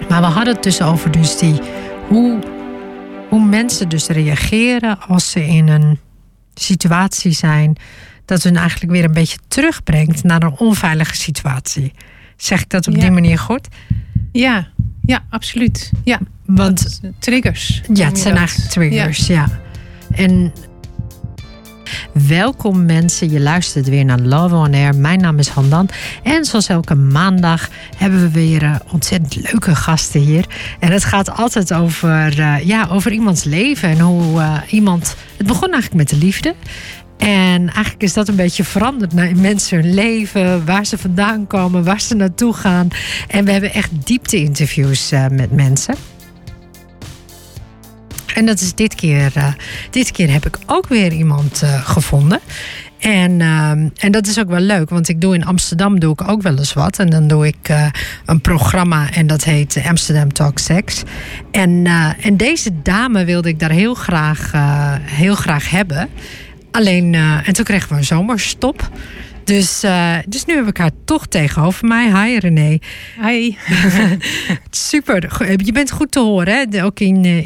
Maar we hadden het dus over hoe mensen dus reageren als ze in een situatie zijn dat hun eigenlijk weer een beetje terugbrengt naar een onveilige situatie. Zeg ik dat op die manier goed? Ja, absoluut. Ja, want triggers. Ja, het zijn eigenlijk triggers, ja. En welkom mensen, je luistert weer naar Love on Air. Mijn naam is Handan. En zoals elke maandag hebben we weer ontzettend leuke gasten hier. En het gaat altijd over iemands leven. En hoe iemand... Het begon eigenlijk met de liefde. En eigenlijk is dat een beetje veranderd naar mensen hun leven. Waar ze vandaan komen, waar ze naartoe gaan. En we hebben echt diepte-interviews met mensen. En dat is dit keer heb ik ook weer iemand gevonden. En dat is ook wel leuk, want in Amsterdam doe ik ook wel eens wat. En dan doe ik een programma en dat heet Amsterdam Talk Sex. En deze dame wilde ik daar heel graag hebben. Alleen, en toen kregen we een zomerstop. Dus nu hebben we elkaar toch tegenover mij. Hi René. Hi. Super. Je bent goed te horen, hè? Ook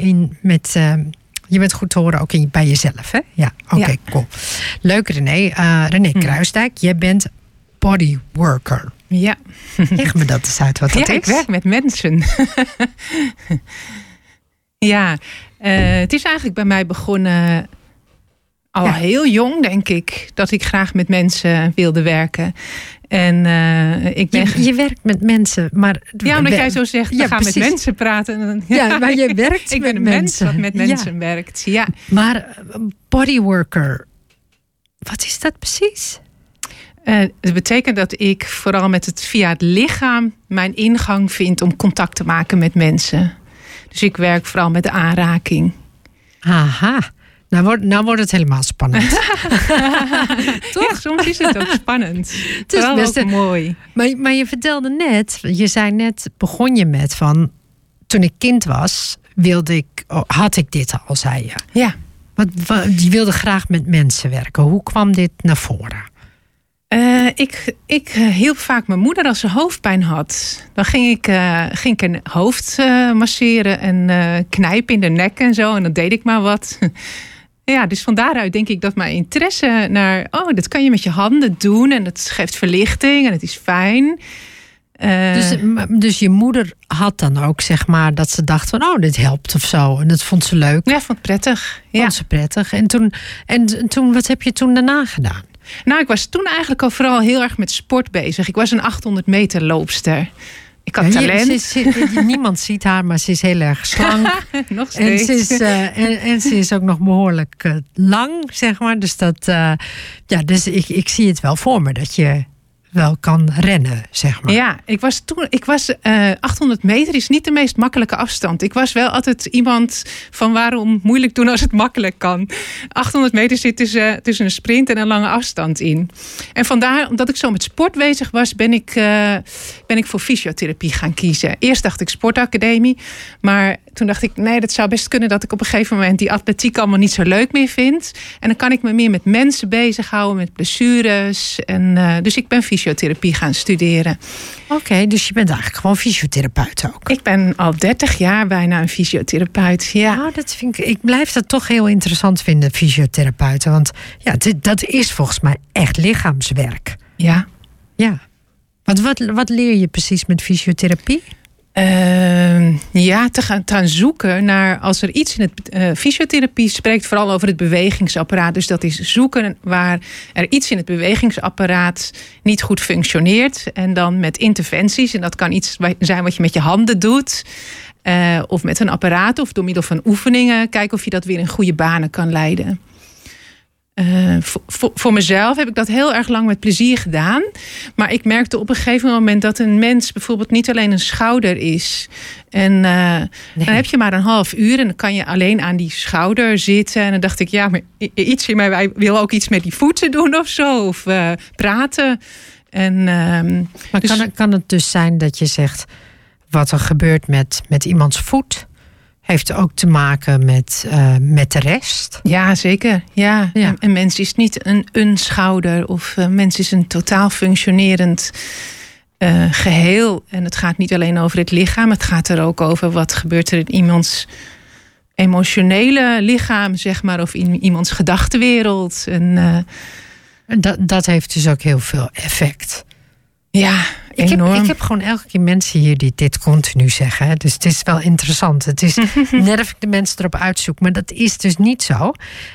je bent goed te horen ook bij jezelf, hè? Ja, oké, cool. Leuk René. René Kruisdijk, jij bent bodyworker. Ja. Leg me dat eens uit wat dat is. Ik werk met mensen. Ja, het is eigenlijk bij mij begonnen al heel jong, denk ik, dat ik graag met mensen wilde werken. En je werkt met mensen, maar... Ja, omdat jij zo zegt, we gaan met mensen praten. Ja, maar je werkt ik ben een mens dat met mensen werkt, ja. Maar bodyworker, wat is dat precies? Het betekent dat ik vooral via het lichaam mijn ingang vind om contact te maken met mensen. Dus ik werk vooral met de aanraking. Aha. Nou wordt het helemaal spannend. Toch? Ja, soms is het ook spannend. Het is best ook mooi. Maar je vertelde net, begon je met van... Toen ik kind was, had ik dit al, zei je. Ja. Je wilde graag met mensen werken. Hoe kwam dit naar voren? Ik hielp vaak mijn moeder als ze hoofdpijn had. Dan ging ik een hoofd masseren en knijpen in de nek en zo. En dan deed ik maar wat. Ja, dus van daaruit denk ik dat mijn interesse naar... dat kan je met je handen doen en dat geeft verlichting en het is fijn. Dus je moeder had dan ook, zeg maar, dat ze dacht van... dit helpt of zo. En dat vond ze leuk. Ja, vond het prettig. Vond ze prettig. En toen, wat heb je toen daarna gedaan? Nou, ik was toen eigenlijk al vooral heel erg met sport bezig. Ik was een 800 meter loopster. Ik had talent. Niemand ziet haar, maar ze is heel erg slank. Nog steeds. En ze is ook nog behoorlijk lang, zeg maar. Dus dus ik zie het wel voor me dat je wel kan rennen, zeg maar. Ja, ik was 800 meter is niet de meest makkelijke afstand. Ik was wel altijd iemand van waarom moeilijk doen als het makkelijk kan. 800 meter zit tussen een sprint en een lange afstand in. En vandaar, omdat ik zo met sport bezig was, ben ik voor fysiotherapie gaan kiezen. Eerst dacht ik sportacademie, maar toen dacht ik, nee, dat zou best kunnen dat ik op een gegeven moment die atletiek allemaal niet zo leuk meer vind. En dan kan ik me meer met mensen bezighouden, met blessures. Dus ik ben fysiotherapie gaan studeren. Oké, dus je bent eigenlijk gewoon fysiotherapeut ook? Ik ben al 30 jaar bijna een fysiotherapeut, ja. Nou, ik blijf dat toch heel interessant vinden, fysiotherapeuten. Want ja, dat is volgens mij echt lichaamswerk. Ja. Ja. Wat leer je precies met fysiotherapie? Te gaan zoeken naar, als er iets in het fysiotherapie spreekt vooral over het bewegingsapparaat. Dus dat is zoeken waar er iets in het bewegingsapparaat niet goed functioneert. En dan met interventies, en dat kan iets zijn wat je met je handen doet. Of met een apparaat of door middel van oefeningen. Kijken of je dat weer in goede banen kan leiden. Voor mezelf heb ik dat heel erg lang met plezier gedaan. Maar ik merkte op een gegeven moment dat een mens bijvoorbeeld niet alleen een schouder is. En dan heb je maar een half uur en dan kan je alleen aan die schouder zitten. En dan dacht ik, ja, maar iets in mij wil ook iets met die voeten doen of zo. Of praten. Maar dus kan het dus zijn dat je zegt, wat er gebeurt met iemands voet heeft ook te maken met de rest? Ja, zeker. Ja. Een mens is niet een schouder. Of een mens is een totaal functionerend geheel. En het gaat niet alleen over het lichaam. Het gaat er ook over wat gebeurt er in iemands emotionele lichaam, zeg maar. Of in iemands gedachtenwereld. En dat heeft dus ook heel veel effect. Ja, enorm. Ik heb gewoon elke keer mensen hier die dit continu zeggen. Hè. Dus het is wel interessant. Het is net of ik de mensen erop uitzoek. Maar dat is dus niet zo.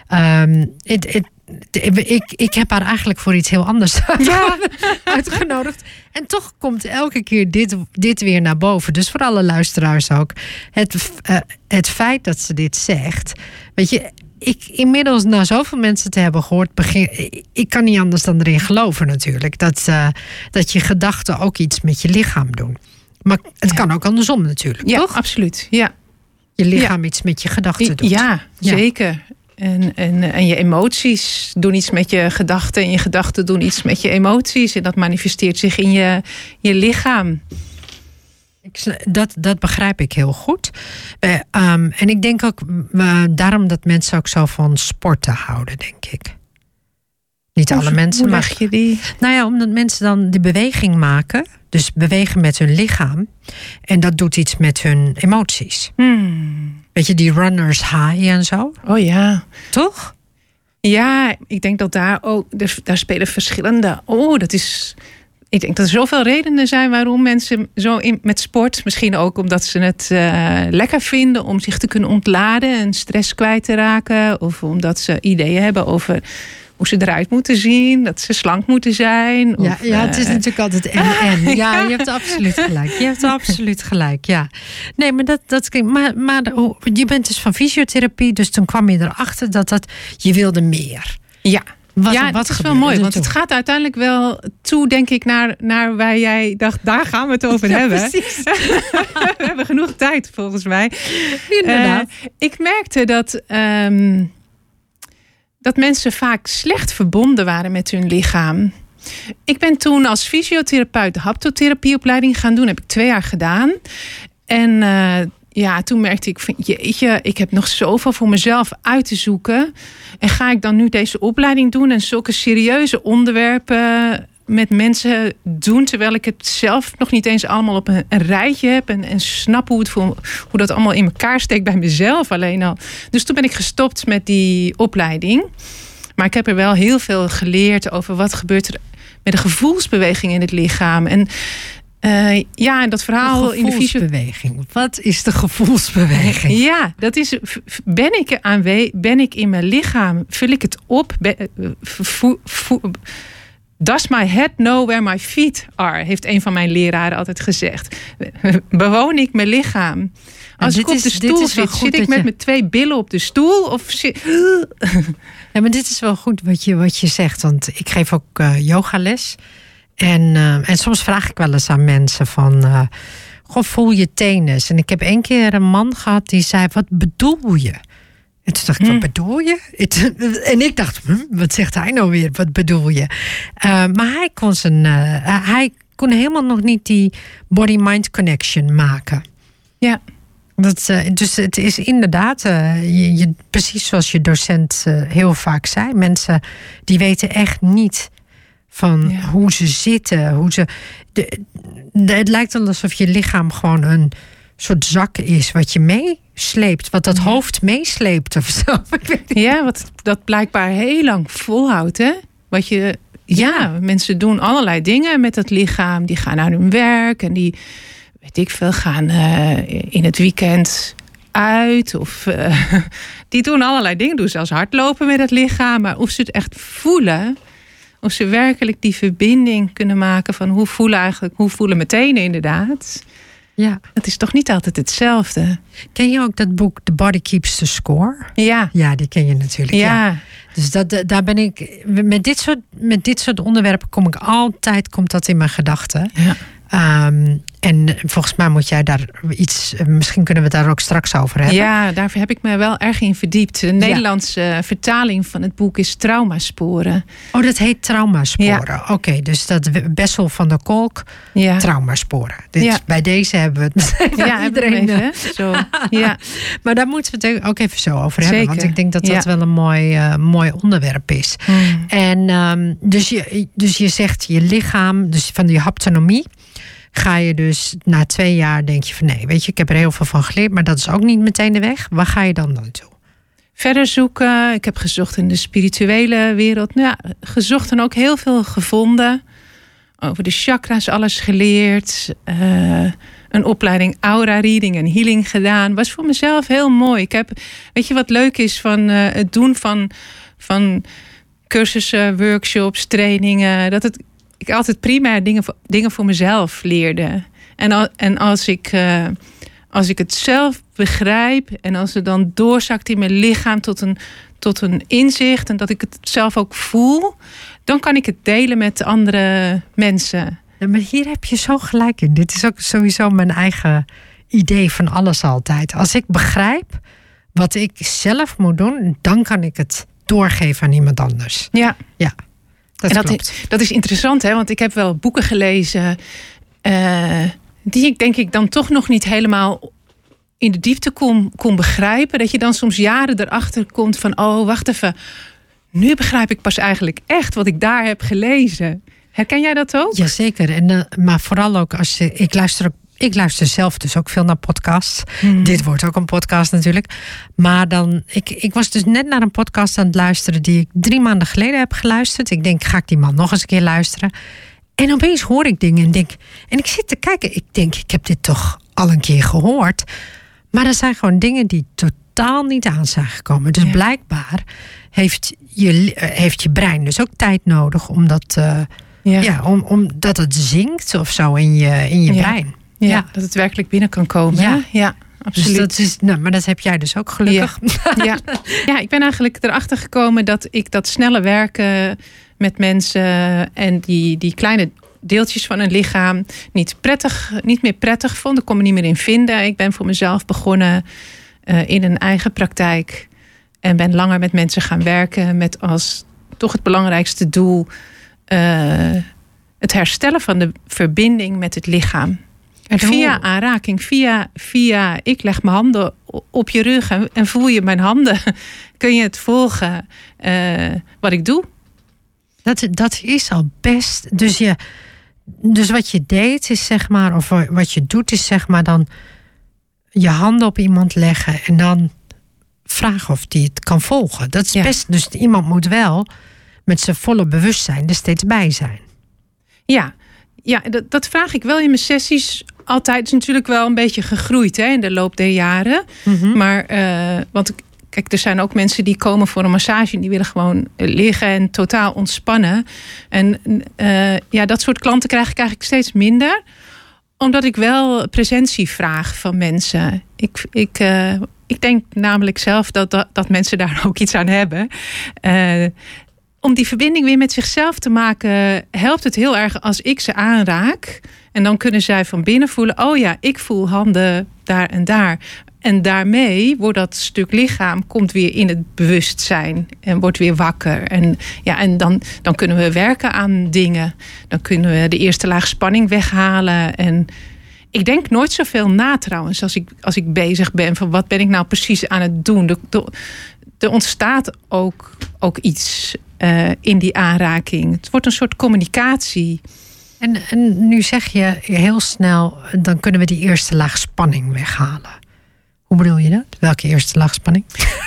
Ik heb haar eigenlijk voor iets heel anders uitgenodigd. En toch komt elke keer dit weer naar boven. Dus voor alle luisteraars ook. Het feit dat ze dit zegt. Weet je, inmiddels na zoveel mensen te hebben gehoord, ik kan niet anders dan erin geloven natuurlijk. Dat je gedachten ook iets met je lichaam doen. Maar het kan ook andersom natuurlijk, toch? Ja, absoluut. Ja. Je lichaam iets met je gedachten doet. Ja, zeker. En je emoties doen iets met je gedachten. En je gedachten doen iets met je emoties. En dat manifesteert zich in je lichaam. Dat begrijp ik heel goed. En ik denk ook daarom dat mensen ook zo van sporten houden, denk ik. Niet alle mensen. Hoe leg je die? Nou ja, omdat mensen dan die beweging maken. Dus bewegen met hun lichaam. En dat doet iets met hun emoties. Weet je, die runners high en zo. Oh ja. Toch? Ja, ik denk dat daar ook... Daar spelen verschillende... Ik denk dat er zoveel redenen zijn waarom mensen zo met sport... misschien ook omdat ze het lekker vinden om zich te kunnen ontladen... en stress kwijt te raken. Of omdat ze ideeën hebben over hoe ze eruit moeten zien. Dat ze slank moeten zijn. Ja, het is natuurlijk altijd en. Ja, je hebt absoluut gelijk. Ja. Nee, maar maar je bent dus van fysiotherapie... dus toen kwam je erachter dat je wilde meer. Ja. Wat dat is wel mooi, want het gaat uiteindelijk wel toe, denk ik, naar waar jij dacht, daar gaan we het over hebben. Precies. We hebben genoeg tijd, volgens mij. Inderdaad. Ik merkte dat mensen vaak slecht verbonden waren met hun lichaam. Ik ben toen als fysiotherapeut de haptotherapieopleiding gaan doen. Heb ik 2 jaar gedaan. En toen merkte ik van jeetje, ik heb nog zoveel voor mezelf uit te zoeken. En ga ik dan nu deze opleiding doen en zulke serieuze onderwerpen met mensen doen, terwijl ik het zelf nog niet eens allemaal op een rijtje heb en snap hoe dat allemaal in elkaar steekt bij mezelf alleen al. Dus toen ben ik gestopt met die opleiding. Maar ik heb er wel heel veel geleerd over wat gebeurt er met de gevoelsbeweging in het lichaam. En en dat verhaal in de gevoelsbeweging. Wat is de gevoelsbeweging? Ja, dat is. Ben ik in mijn lichaam? Vul ik het op? Does my head know where my feet are? Heeft een van mijn leraren altijd gezegd. Bewoon ik mijn lichaam? Als ik op de stoel zit ik met mijn 2 billen op de stoel? Of Ja, maar dit is wel goed wat je zegt. Want ik geef ook yogales. En soms vraag ik wel eens aan mensen van... voel je tennis? En ik heb 1 keer een man gehad die zei... Wat bedoel je? En toen dacht ik, wat bedoel je? En ik dacht, wat zegt hij nou weer? Wat bedoel je? Maar hij kon helemaal nog niet die body-mind connection maken. Ja. Dus het is inderdaad, precies zoals je docent heel vaak zei... mensen die weten echt niet... van hoe ze zitten. Het lijkt wel alsof je lichaam gewoon een soort zak is... wat je meesleept, wat dat hoofd meesleept of zo. Ja, wat dat blijkbaar heel lang volhoudt, hè? Mensen doen allerlei dingen met het lichaam. Die gaan naar hun werk en die, weet ik veel, gaan in het weekend uit. Of die doen allerlei dingen. Doen zelfs hardlopen met het lichaam. Maar of ze het echt voelen... of ze werkelijk die verbinding kunnen maken van hoe voelen mijn tenen inderdaad. Ja. Het is toch niet altijd hetzelfde. Ken je ook dat boek The Body Keeps the Score? Ja. Ja, die ken je natuurlijk. Ja. Dus daar ben ik... Met dit soort onderwerpen komt dat in mijn gedachten. Ja. En volgens mij moet jij daar iets... Misschien kunnen we het daar ook straks over hebben. Ja, daarvoor heb ik me wel erg in verdiept. De Nederlandse vertaling van het boek is Traumasporen. Oh, dat heet Traumasporen. Ja. Oké, dus dat Bessel van der Kolk, Traumasporen. Dus bij deze hebben we het meteen iedereen. Even, zo. Ja. Maar daar moeten we het ook even zo over hebben. Want ik denk dat dat wel een mooi onderwerp is. En dus je zegt je lichaam, dus van die haptonomie... ga je dus na 2 jaar denk je van nee, weet je, ik heb er heel veel van geleerd, maar dat is ook niet meteen de weg. Waar ga je dan naartoe? Verder zoeken. Ik heb gezocht in de spirituele wereld. Nou ja, gezocht en ook heel veel gevonden. Over de chakra's alles geleerd. Een opleiding aura reading en healing gedaan. Was voor mezelf heel mooi. Weet je wat leuk is van het doen van cursussen, workshops, trainingen. Dat ik altijd primair dingen voor mezelf leerde. En als ik het zelf begrijp en als het dan doorzakt in mijn lichaam tot een inzicht en dat ik het zelf ook voel, dan kan ik het delen met andere mensen. Ja, maar hier heb je zo gelijk in. Dit is ook sowieso mijn eigen idee van alles altijd. Als ik begrijp wat ik zelf moet doen, dan kan ik het doorgeven aan iemand anders. Ja. Dat is interessant, hè? Want ik heb wel boeken gelezen die ik denk ik dan toch nog niet helemaal in de diepte kon begrijpen. Dat je dan soms jaren erachter komt van, oh, wacht even. Nu begrijp ik pas eigenlijk echt wat ik daar heb gelezen. Herken jij dat ook? Jazeker. Maar vooral ook als ik luister zelf dus ook veel naar podcasts. Dit wordt ook een podcast natuurlijk. Maar ik was dus net naar een podcast aan het luisteren die ik 3 maanden geleden heb geluisterd. Ik denk, ga ik die man nog eens een keer luisteren? En opeens hoor ik dingen en ik zit te kijken. Ik denk, ik heb dit toch al een keer gehoord. Maar er zijn gewoon dingen die totaal niet aan zijn gekomen. Dus blijkbaar heeft je brein dus ook tijd nodig om dat, omdat het zinkt of zo in je brein. Ja, dat het werkelijk binnen kan komen. Ja, absoluut. Dus maar dat heb jij dus ook gelukkig. Ja, ik ben eigenlijk erachter gekomen dat ik dat snelle werken met mensen en die kleine deeltjes van een lichaam niet meer prettig vond. Ik kon me niet meer in vinden. Ik ben voor mezelf begonnen in een eigen praktijk en ben langer met mensen gaan werken met als toch het belangrijkste doel het herstellen van de verbinding met het lichaam. En via aanraking, via ik leg mijn handen op je rug en voel je mijn handen, kun je het volgen wat ik doe. Dat is al best. Dus wat je deed is zeg maar, of wat je doet is zeg maar dan je handen op iemand leggen en dan vragen of die het kan volgen. Dat is best. Dus iemand moet wel met zijn volle bewustzijn er steeds bij zijn. Ja, dat vraag ik wel in mijn sessies altijd. Het is natuurlijk wel een beetje gegroeid in de loop der jaren. Mm-hmm. Maar, want kijk, er zijn ook mensen die komen voor een massage en die willen gewoon liggen en totaal ontspannen. En dat soort klanten krijg ik eigenlijk steeds minder. Omdat ik wel presentie vraag van mensen. Ik denk namelijk zelf dat mensen daar ook iets aan hebben. Om die verbinding weer met zichzelf te maken, helpt het heel erg als ik ze aanraak. En dan kunnen zij van binnen voelen, oh ja, ik voel handen daar en daar. En daarmee wordt dat stuk lichaam komt weer in het bewustzijn en wordt weer wakker. En dan kunnen we werken aan dingen. Dan kunnen we de eerste laag spanning weghalen. En ik denk nooit zoveel na trouwens als ik bezig ben van wat ben ik nou precies aan het doen. Er ontstaat ook iets in die aanraking. Het wordt een soort communicatie. En nu zeg je heel snel, dan kunnen we die eerste laag spanning weghalen. Hoe bedoel je dat? Welke eerste laag spanning?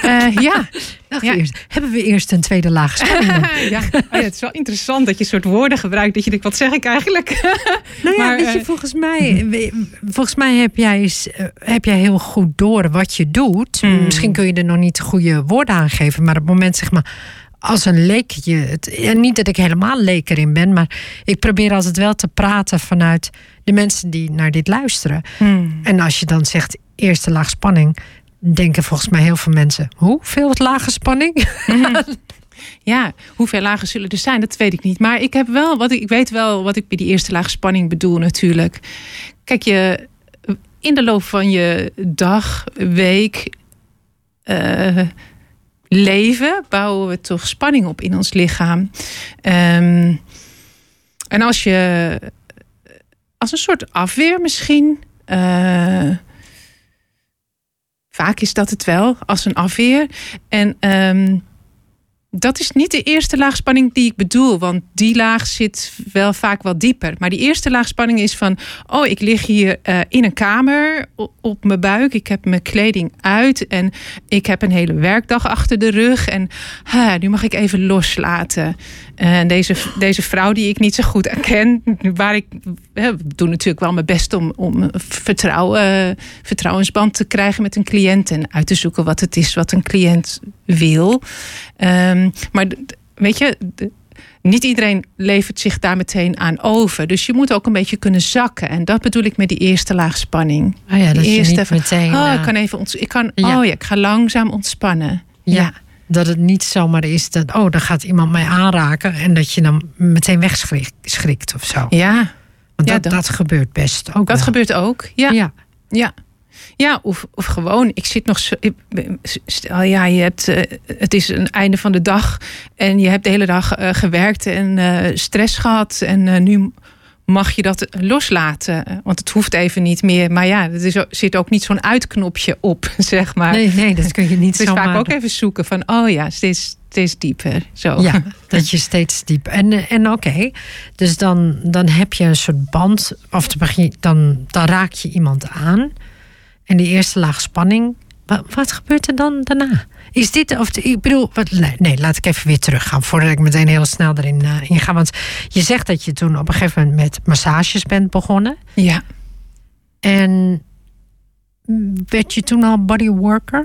Hebben we eerst een tweede laag spanning? Het is wel interessant dat je soort woorden gebruikt. Dat je denkt, wat zeg ik eigenlijk? Weet je, volgens mij heb jij heel goed door wat je doet. Misschien kun je er nog niet de goede woorden aan geven. Maar op het moment, zeg maar, als een leek, niet dat ik helemaal leek erin ben, maar ik probeer altijd wel te praten vanuit de mensen die naar dit luisteren. En als je dan zegt eerste laag spanning, denken volgens mij heel veel mensen, hoeveel lage spanning? Ja, hoeveel lagen zullen er zijn, dat weet ik niet. Maar ik weet wel wat ik bij die eerste laag spanning bedoel natuurlijk. Kijk, in de loop van je dag, week, leven bouwen we toch spanning op in ons lichaam. En als een soort afweer misschien. Vaak is dat het wel, als een afweer. En Dat is niet de eerste laag spanning die ik bedoel. Want die laag zit wel vaak wat dieper. Maar die eerste laag spanning is van... ik lig hier in een kamer op mijn buik. Ik heb mijn kleding uit. En ik heb een hele werkdag achter de rug. En nu mag ik even loslaten. En deze vrouw die ik niet zo goed ken... we doen natuurlijk wel mijn best om vertrouwensband te krijgen met een cliënt. En uit te zoeken wat het is wat een cliënt wil. Maar weet je, niet iedereen levert zich daar meteen aan over. Dus je moet ook een beetje kunnen zakken. En dat bedoel ik met die eerste laag spanning. Oh ja, dat je niet even, meteen... ik ga langzaam ontspannen. Ja, dat het niet zomaar is dat... dan gaat iemand mij aanraken... en dat je dan meteen wegschrikt of zo. Ja. Want dat gebeurt best ook. Dat gebeurt ook, ja. Ja, of gewoon, ik zit nog zo... Stel, het is een einde van de dag... en je hebt de hele dag gewerkt en stress gehad... en nu mag je dat loslaten. Want het hoeft even niet meer. Maar ja, er zit ook niet zo'n uitknopje op, zeg maar. Nee, dat kun je niet dus zomaar... vaak ook even zoeken van... steeds dieper. Zo. Ja, dat je steeds dieper... En oké, dus dan heb je een soort band... of dan raak je iemand aan... En die eerste laag spanning, wat gebeurt er dan daarna? Is dit, ik bedoel, nee, laat ik even weer teruggaan... voordat ik meteen heel snel erin ga. Want je zegt dat je toen op een gegeven moment met massages bent begonnen. Ja. En werd je toen al bodyworker?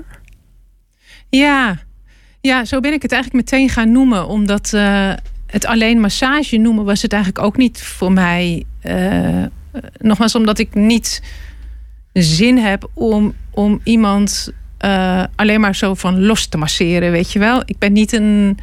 Ja, zo ben ik het eigenlijk meteen gaan noemen. Omdat het alleen massage noemen was het eigenlijk ook niet voor mij. Nogmaals, omdat ik niet... zin heb om iemand alleen maar zo van los te masseren, weet je wel. Ik ben niet een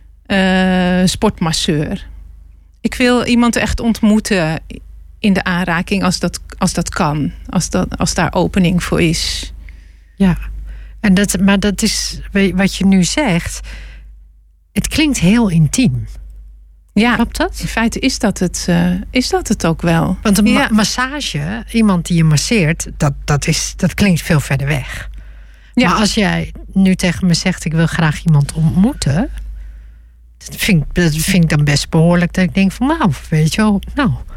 sportmasseur. Ik wil iemand echt ontmoeten in de aanraking als dat kan. Als daar opening voor is. Ja, maar dat is wat je nu zegt. Het klinkt heel intiem. Ja, klopt dat? In feite is dat het ook wel. Want een massage, iemand die je masseert, dat klinkt veel verder weg. Ja. Maar als jij nu tegen me zegt, ik wil graag iemand ontmoeten, dat vind ik dan best behoorlijk dat ik denk van, weet je wel,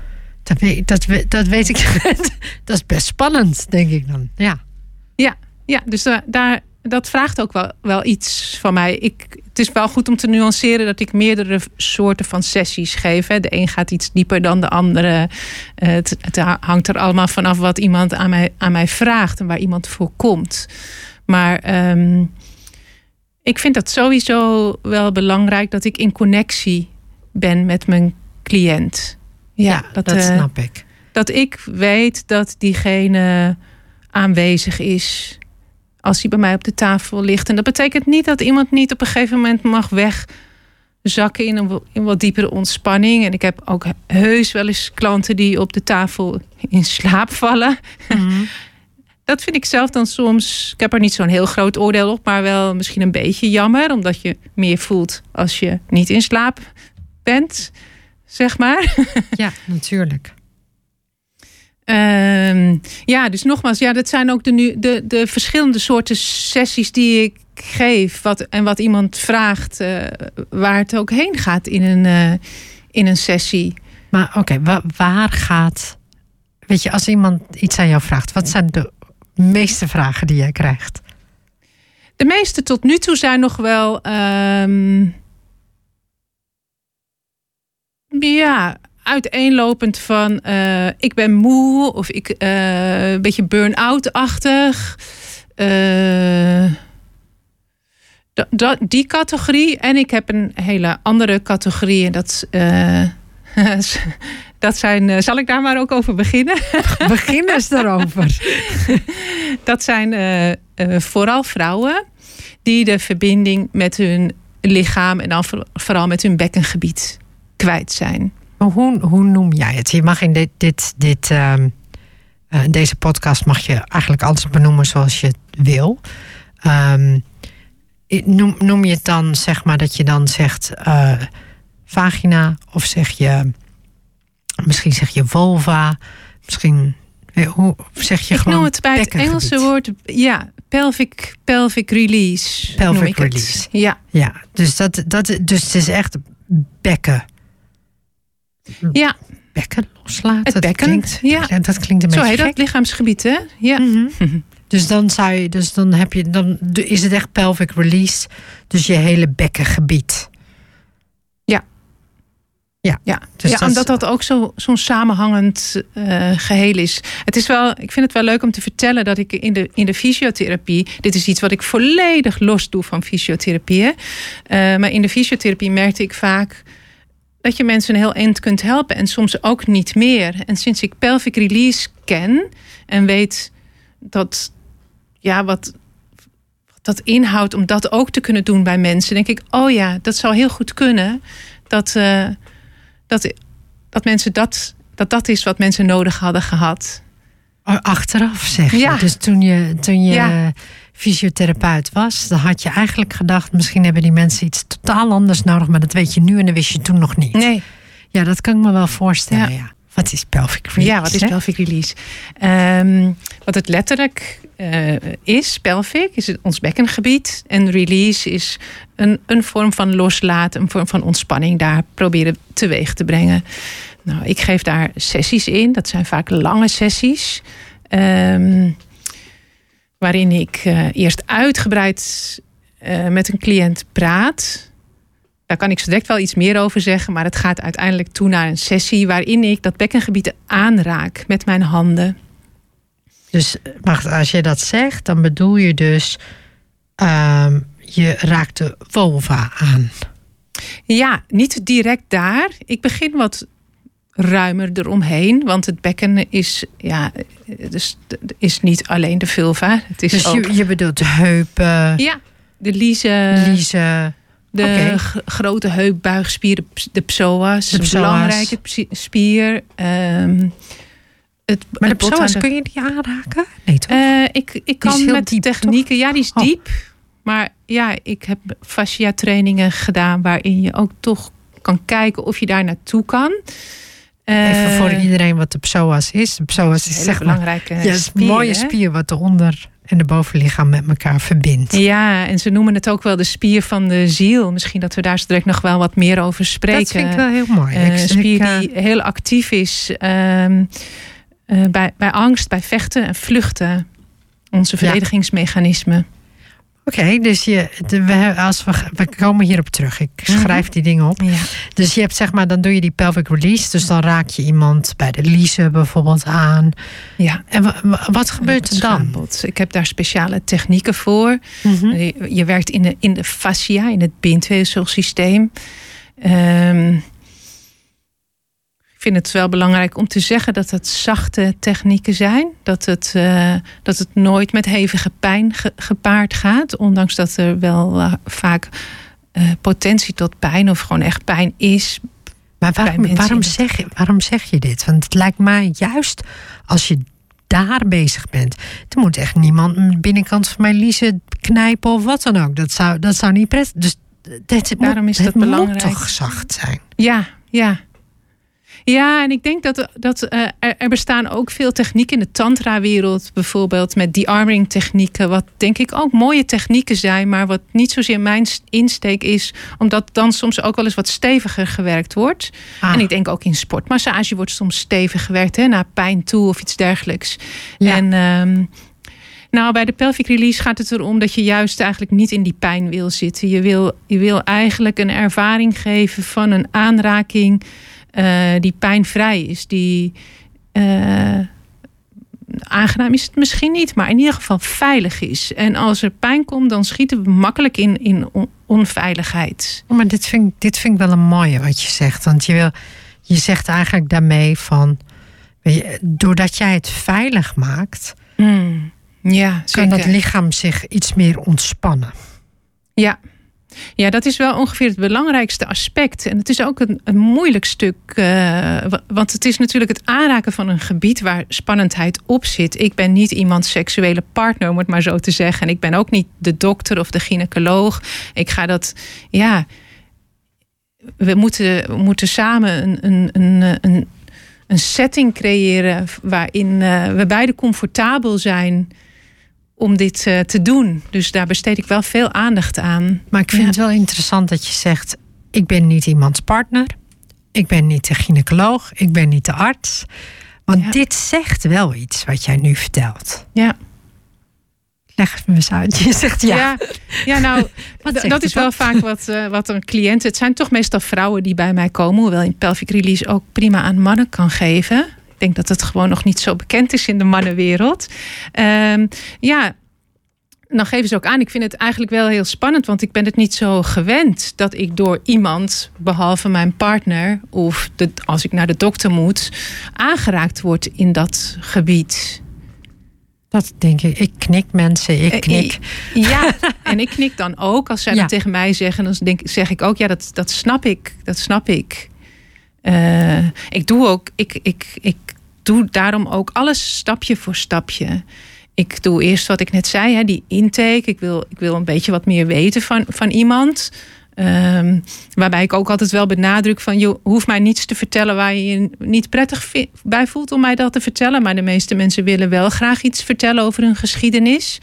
dat weet ik. Dat is best spannend, denk ik dan. Ja, dus dat vraagt ook wel iets van mij. Het is wel goed om te nuanceren dat ik meerdere soorten van sessies geef. Hè. De een gaat iets dieper dan de andere. Het hangt er allemaal vanaf wat iemand aan mij vraagt en waar iemand voor komt. Maar ik vind dat sowieso wel belangrijk dat ik in connectie ben met mijn cliënt. Ja, dat snap ik. Dat ik weet dat diegene aanwezig is als hij bij mij op de tafel ligt. En dat betekent niet dat iemand niet op een gegeven moment mag wegzakken in een wat diepere ontspanning. En ik heb ook heus wel eens klanten die op de tafel in slaap vallen. Mm-hmm. Dat vind ik zelf dan soms... Ik heb er niet zo'n heel groot oordeel op, maar wel misschien een beetje jammer. Omdat je meer voelt als je niet in slaap bent, zeg maar. Ja, natuurlijk. Dus nogmaals, dat zijn ook de verschillende soorten sessies die ik geef. Wat iemand vraagt, waar het ook heen gaat in een sessie. Maar oké, waar gaat... Weet je, als iemand iets aan jou vraagt, wat zijn de meeste vragen die jij krijgt? De meeste tot nu toe zijn nog wel... uiteenlopend van ik ben moe of ik een beetje burn-out-achtig. Die categorie. En ik heb een hele andere categorie. En dat zijn... zal ik daar maar ook over beginnen? Begin eens daarover. Dat zijn vooral vrouwen die de verbinding met hun lichaam en dan vooral met hun bekkengebied kwijt zijn. Hoe noem jij het? Je mag in deze podcast mag je eigenlijk alles benoemen zoals je het wil. Noem je het dan, zeg maar, dat je dan zegt misschien zeg je vulva, misschien Hoe zeg je ik gewoon noem het bij het bekkengebied? Engelse woord, pelvic release. Pelvic release. Ja, dus dus het is echt bekken. Ja. Bekken loslaten. Het bekken, dat klinkt een beetje Zo heet gek. dat lichaamsgebied, hè? Ja. Mm-hmm. Dus dan is het echt pelvic release. Dus je hele bekkengebied. Dus omdat dat ook zo'n samenhangend geheel is. Ik vind het wel leuk om te vertellen dat ik in de fysiotherapie... Dit is iets wat ik volledig los doe van fysiotherapie. Maar in de fysiotherapie merkte ik vaak dat je mensen een heel eind kunt helpen. En soms ook niet meer. En sinds ik pelvic release ken en weet dat... wat dat inhoudt om dat ook te kunnen doen bij mensen... denk ik, dat zou heel goed kunnen... Dat mensen dat is wat mensen nodig hadden gehad. Achteraf zeg je. Ja. Dus toen je fysiotherapeut was, dan had je eigenlijk gedacht... misschien hebben die mensen iets totaal anders nodig... maar dat weet je nu en dat wist je toen nog niet. Nee. Ja, dat kan ik me wel voorstellen, ja. Wat is pelvic release? Ja, wat is pelvic release? Wat het letterlijk is, pelvic, is ons bekkengebied. En release is een vorm van loslaten, een vorm van ontspanning. Daar proberen teweeg te brengen. Nou, ik geef daar sessies in. Dat zijn vaak lange sessies. Waarin ik eerst uitgebreid met een cliënt praat... Daar kan ik zo direct wel iets meer over zeggen. Maar het gaat uiteindelijk toe naar een sessie... waarin ik dat bekkengebied aanraak met mijn handen. Dus wacht, als je dat zegt... dan bedoel je dus... je raakt de vulva aan. Ja, niet direct daar. Ik begin wat ruimer eromheen. Want het bekken is niet alleen de vulva. Het is dus ook... je bedoelt de heupen... Ja, de liezen... De grote heupbuigspier, de psoas, een belangrijke spier. Maar de psoas, kun je die aanraken? Nee, toch? Ik kan met diep, technieken... Toch? Ja, die is diep. Maar ja, ik heb fascia trainingen gedaan... waarin je ook toch kan kijken of je daar naartoe kan. Even voor iedereen wat de psoas is. De psoas is zeg maar een mooie spier wat eronder... en de bovenlichaam met elkaar verbindt. Ja, en ze noemen het ook wel de spier van de ziel. Misschien dat we daar straks nog wel wat meer over spreken. Dat vind ik wel heel mooi. Een spier die heel actief is bij angst, bij vechten en vluchten. Onze verdedigingsmechanismen. Oké, dus we komen hierop terug. Ik schrijf die dingen op. Ja. Dus je hebt zeg maar, dan doe je die pelvic release. Dus dan raak je iemand bij de liezen bijvoorbeeld aan. Ja. En wat gebeurt er dan? Ik heb daar speciale technieken voor. Mm-hmm. Je werkt in de fascia, in het bindweefselsysteem. Ik vind het wel belangrijk om te zeggen dat het zachte technieken zijn. Dat het nooit met hevige pijn gepaard gaat. Ondanks dat er wel vaak potentie tot pijn of gewoon echt pijn is. Maar waarom zeg je dit? Want het lijkt mij juist als je daar bezig bent. Er moet echt niemand de binnenkant van mijn liezen knijpen of wat dan ook. Dat zou niet prettig. Dus daarom is dat belangrijk. Moet toch zacht zijn? Ja. Ja, en ik denk dat er bestaan ook veel technieken in de tantra-wereld, bijvoorbeeld met de-arming technieken, wat denk ik ook mooie technieken zijn, maar wat niet zozeer mijn insteek is, omdat dan soms ook wel eens wat steviger gewerkt wordt. En ik denk ook in sportmassage wordt soms stevig gewerkt, naar pijn toe of iets dergelijks. Ja. En bij de pelvic release gaat het erom dat je juist eigenlijk niet in die pijn wil zitten. Je wil eigenlijk een ervaring geven van een aanraking die pijnvrij is. Die aangenaam is het misschien niet, maar in ieder geval veilig is. En als er pijn komt, dan schieten we makkelijk in onveiligheid. Maar dit vind ik wel een mooie wat je zegt. Want je zegt eigenlijk daarmee van, doordat jij het veilig maakt, kan dat lichaam zich iets meer ontspannen. Ja, dat is wel ongeveer het belangrijkste aspect. En het is ook een moeilijk stuk. Want het is natuurlijk het aanraken van een gebied waar spannendheid op zit. Ik ben niet iemands seksuele partner, om het maar zo te zeggen. En ik ben ook niet de dokter of de gynaecoloog. Ik ga dat, we moeten samen een een setting creëren waarin we beide comfortabel zijn om dit te doen. Dus daar besteed ik wel veel aandacht aan. Maar ik vind het wel interessant dat je zegt, ik ben niet iemands partner. Ik ben niet de gynaecoloog. Ik ben niet de arts. Want dit zegt wel iets wat jij nu vertelt. Ja. Leg het me eens uit. Je zegt ja. Ja, nou, dat is wel vaak wat een cliënt... Het zijn toch meestal vrouwen die bij mij komen. Hoewel je pelvic release ook prima aan mannen kan geven. Ik denk dat het gewoon nog niet zo bekend is in de mannenwereld. Dan geven ze ook aan. Ik vind het eigenlijk wel heel spannend. Want ik ben het niet zo gewend dat ik door iemand, behalve mijn partner, of als ik naar de dokter moet, aangeraakt word in dat gebied. Dat denk ik. Ik knik mensen. Ik knik. Ja, en ik knik dan ook. Als zij dat tegen mij zeggen, dan zeg ik ook, ja, dat snap ik. Dat snap ik. Ik doe daarom ook alles stapje voor stapje. Ik doe eerst wat ik net zei, die intake. Ik wil een beetje wat meer weten van iemand. Waarbij ik ook altijd wel benadruk van, je hoeft mij niets te vertellen waar je je niet prettig bij voelt om mij dat te vertellen. Maar de meeste mensen willen wel graag iets vertellen over hun geschiedenis.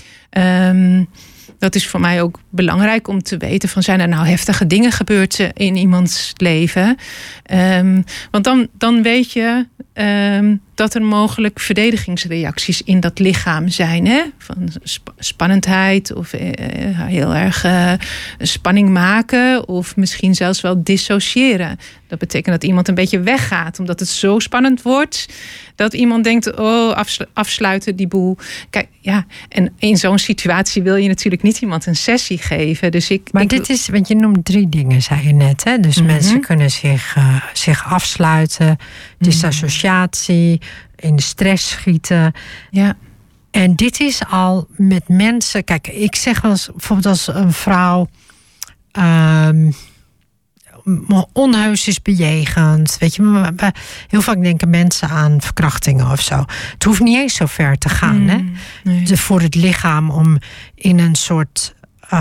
Dat is voor mij ook belangrijk om te weten van, zijn er nou heftige dingen gebeurd in iemands leven? Want dan weet je dat er mogelijk verdedigingsreacties in dat lichaam zijn. Hè? Van spannendheid of heel erg spanning maken of misschien zelfs wel dissociëren. Dat betekent dat iemand een beetje weggaat omdat het zo spannend wordt dat iemand denkt, afsluiten die boel. Kijk, ja, en in zo'n situatie wil je natuurlijk niet iemand een sessie geven. Dus dit is, want je noemt 3 dingen, zei je net. Hè? Dus mensen kunnen zich afsluiten, dissociatie, in de stress schieten. Ja. En dit is al met mensen. Kijk, ik zeg wel eens, bijvoorbeeld als een vrouw onheus is bejegend. Weet je, heel vaak denken mensen aan verkrachtingen of zo. Het hoeft niet eens zo ver te gaan. Nee. Voor het lichaam om in een soort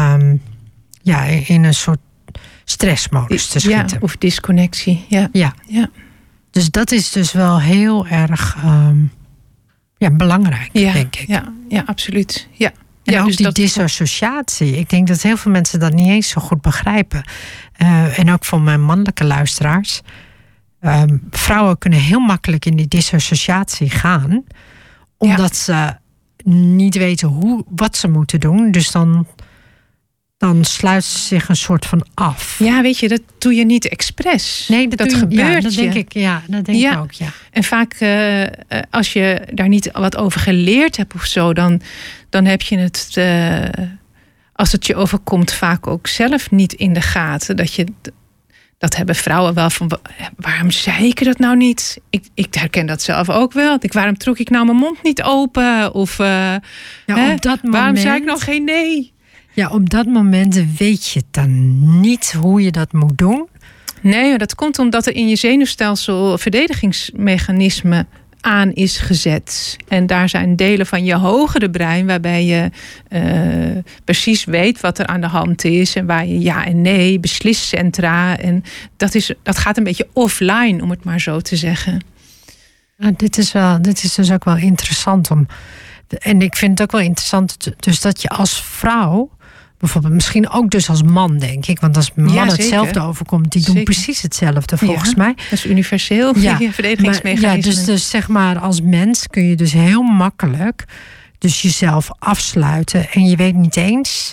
stressmodus te schieten. Ja, of disconnectie. Ja. Dus dat is dus wel heel erg belangrijk, denk ik. Ja, absoluut. Ja. En ook dus die dissociatie. Ik denk dat heel veel mensen dat niet eens zo goed begrijpen. En ook voor mijn mannelijke luisteraars. Vrouwen kunnen heel makkelijk in die dissociatie gaan. Omdat ze niet weten wat ze moeten doen. Dus dan sluiten ze zich een soort van af. Ja, weet je, dat doe je niet expres. Nee, dat gebeurt. Ja, dat denk ik. Ja, dat denk ik ook. Ja. En vaak als je daar niet wat over geleerd hebt of zo, dan heb je het, als het je overkomt, vaak ook zelf niet in de gaten. Dat hebben vrouwen wel van, waarom zei ik dat nou niet? Ik herken dat zelf ook wel. Waarom trok ik nou mijn mond niet open? Of op dat moment, waarom zei ik nou geen nee? Ja, op dat moment weet je dan niet hoe je dat moet doen. Nee, dat komt omdat er in je zenuwstelsel verdedigingsmechanisme aan is gezet. En daar zijn delen van je hogere brein waarbij je precies weet wat er aan de hand is en waar je ja en nee, besliscentra. En dat gaat een beetje offline, om het maar zo te zeggen. Nou, dit is dus ook wel interessant om. En ik vind het ook wel interessant, dus dat je als vrouw, bijvoorbeeld misschien ook dus als man, denk ik, want als man hetzelfde overkomt, die doen precies hetzelfde volgens mij. Dat is universeel, verdedigingsmechanisme. Dus zeg maar, als mens kun je dus heel makkelijk dus jezelf afsluiten en je weet niet eens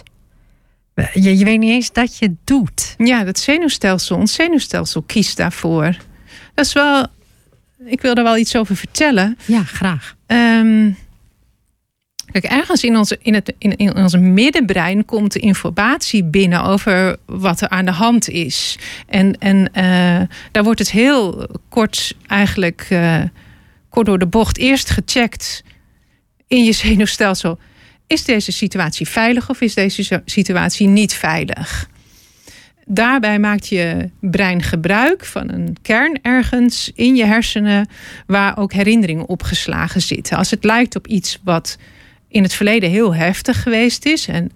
dat je het doet. Ja, ons zenuwstelsel kiest daarvoor. Dat is wel, ik wil daar wel iets over vertellen. Ja, graag. Kijk, ergens in ons middenbrein komt de informatie binnen over wat er aan de hand is. En daar wordt het heel kort door de bocht eerst gecheckt in je zenuwstelsel. Is deze situatie veilig of is deze situatie niet veilig? Daarbij maakt je brein gebruik van een kern ergens in je hersenen waar ook herinneringen opgeslagen zitten. Als het lijkt op iets wat in het verleden heel heftig geweest is en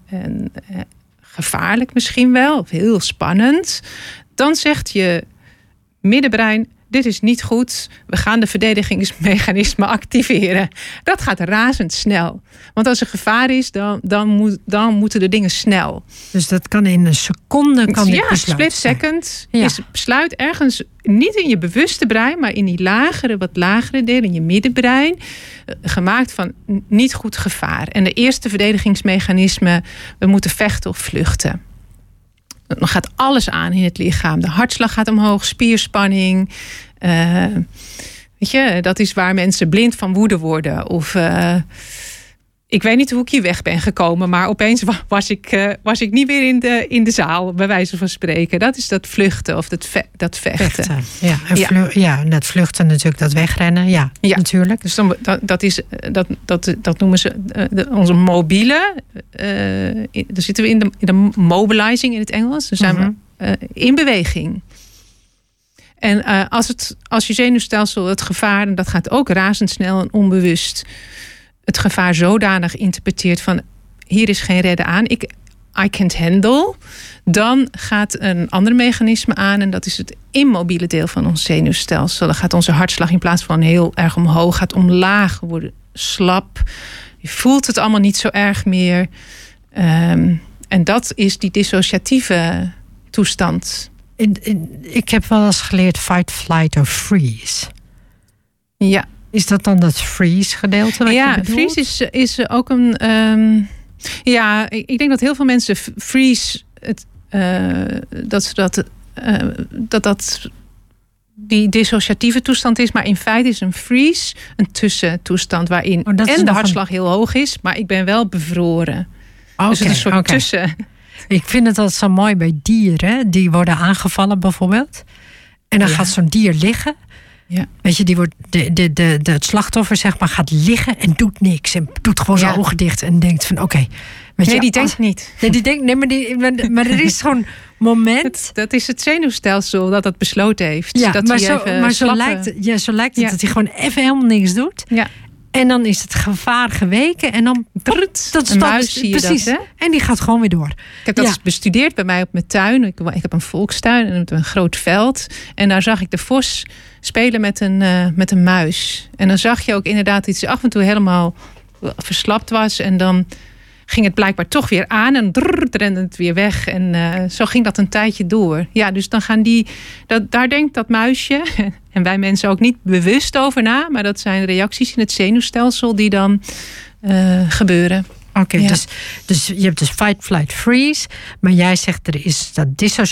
gevaarlijk misschien wel, of heel spannend, dan zegt je middenbrein, dit is niet goed. We gaan de verdedigingsmechanismen activeren. Dat gaat razendsnel. Want als er gevaar is, dan moeten de dingen snel. Dus dat kan in een seconde dit besluit split second is besluit ergens niet in je bewuste brein, maar in die wat lagere delen, in je middenbrein, gemaakt van niet goed gevaar. En de eerste verdedigingsmechanisme, we moeten vechten of vluchten. Dan gaat alles aan in het lichaam. De hartslag gaat omhoog, spierspanning. Weet je, dat is waar mensen blind van woede worden. Of ik weet niet hoe ik hier weg ben gekomen, maar opeens was ik niet meer in de zaal, bij wijze van spreken. Dat is dat vluchten of dat vechten. Ja, en dat vluchten natuurlijk, dat wegrennen. Ja, natuurlijk. Dus dat noemen ze onze mobiele. Dan zitten we in de mobilizing in het Engels. Dan zijn we in beweging. En als je zenuwstelsel het gevaar, en dat gaat ook razendsnel en onbewust, het gevaar zodanig interpreteert van hier is geen redden aan, I can't handle, dan gaat een ander mechanisme aan en dat is het immobiele deel van ons zenuwstelsel. Dan gaat onze hartslag in plaats van heel erg omhoog, gaat omlaag, we worden slap. Je voelt het allemaal niet zo erg meer. En dat is die dissociatieve toestand. Ik heb wel eens geleerd fight, flight of freeze. Ja. Is dat dan dat freeze gedeelte wat je bedoelt? Freeze is ook een... ik denk dat heel veel mensen freeze... dat die dissociatieve toestand is. Maar in feite is een freeze een tussentoestand waarin en de hartslag heel hoog is, maar ik ben wel bevroren. Dus het is een soort tussen. Ik vind het altijd zo mooi bij dieren. Die worden aangevallen bijvoorbeeld. En dan gaat zo'n dier liggen. Ja. Weet je, die wordt het slachtoffer zeg maar gaat liggen en doet niks. En doet gewoon zijn ogen dicht en denkt van oké. Die denkt niet. Nee, die denkt, maar er is zo'n moment. Dat is het zenuwstelsel dat besloten heeft. Ja, dat maar zo lijkt het dat hij gewoon even helemaal niks doet. Ja. En dan is het gevaar geweken. En dan een muis zie je precies, dat. Hè? En die gaat gewoon weer door. Ik heb dat bestudeerd bij mij op mijn tuin. Ik heb een volkstuin en een groot veld. En daar zag ik de vos spelen met een muis. En dan zag je ook inderdaad iets af en toe helemaal verslapt was. En dan ging het blijkbaar toch weer aan. En rende het weer weg. En zo ging dat een tijdje door. Ja, dus dan gaan daar denkt dat muisje... en wij mensen ook niet bewust over na... maar dat zijn reacties in het zenuwstelsel die dan gebeuren. Oké, dus je hebt dus fight, flight, freeze. Maar jij zegt er is dat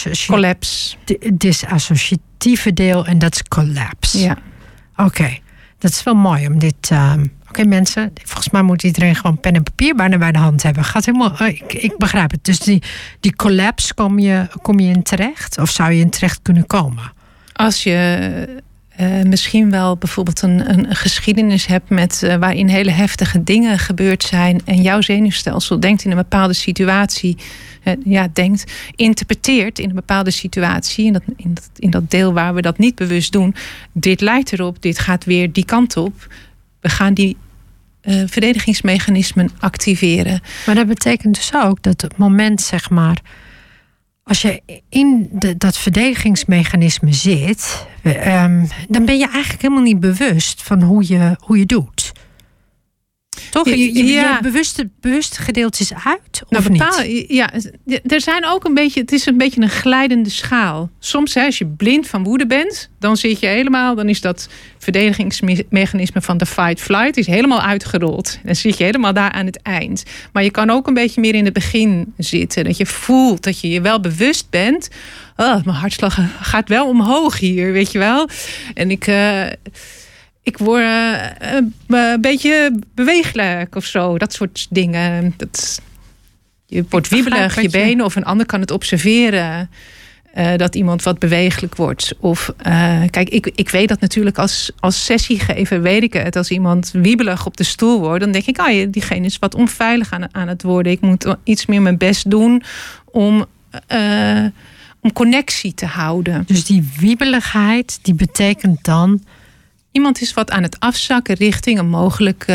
dissociatieve deel en dat is collapse. Ja. Oké, dat is wel mooi om dit... Oké, mensen, volgens mij moet iedereen gewoon pen en papier bijna bij de hand hebben. Gaat helemaal, ik begrijp het. Dus die collapse kom je in terecht? Of zou je in terecht kunnen komen? Als je misschien wel bijvoorbeeld een geschiedenis hebt waarin hele heftige dingen gebeurd zijn en jouw zenuwstelsel denkt in een bepaalde situatie, interpreteert in een bepaalde situatie, in dat deel waar we dat niet bewust doen, dit lijkt erop, dit gaat weer die kant op. We gaan die verdedigingsmechanismen activeren. Maar dat betekent dus ook dat het moment, zeg maar, als je in dat verdedigingsmechanisme zit, dan ben je eigenlijk helemaal niet bewust van hoe je doet. Toch? Je bewuste gedeeltes uit? Of niet? Ja, er zijn ook het is een beetje een glijdende schaal. Soms, als je blind van woede bent, dan zit je helemaal, dan is dat verdedigingsmechanisme van de fight-flight is helemaal uitgerold. Dan zit je helemaal daar aan het eind. Maar je kan ook een beetje meer in het begin zitten. Dat je voelt, dat je wel bewust bent. Oh, mijn hartslag gaat wel omhoog hier, weet je wel. En ik word een beetje bewegelijk of zo. Dat soort dingen. Je wordt wiebelig, je benen. Of een ander kan het observeren. Dat iemand wat bewegelijk wordt. Of kijk, ik weet dat natuurlijk als sessiegever weet ik het. Als iemand wiebelig op de stoel wordt, dan denk ik, diegene is wat onveilig aan het worden. Ik moet iets meer mijn best doen om connectie te houden. Dus die wiebeligheid, die betekent dan, iemand is wat aan het afzakken richting een mogelijk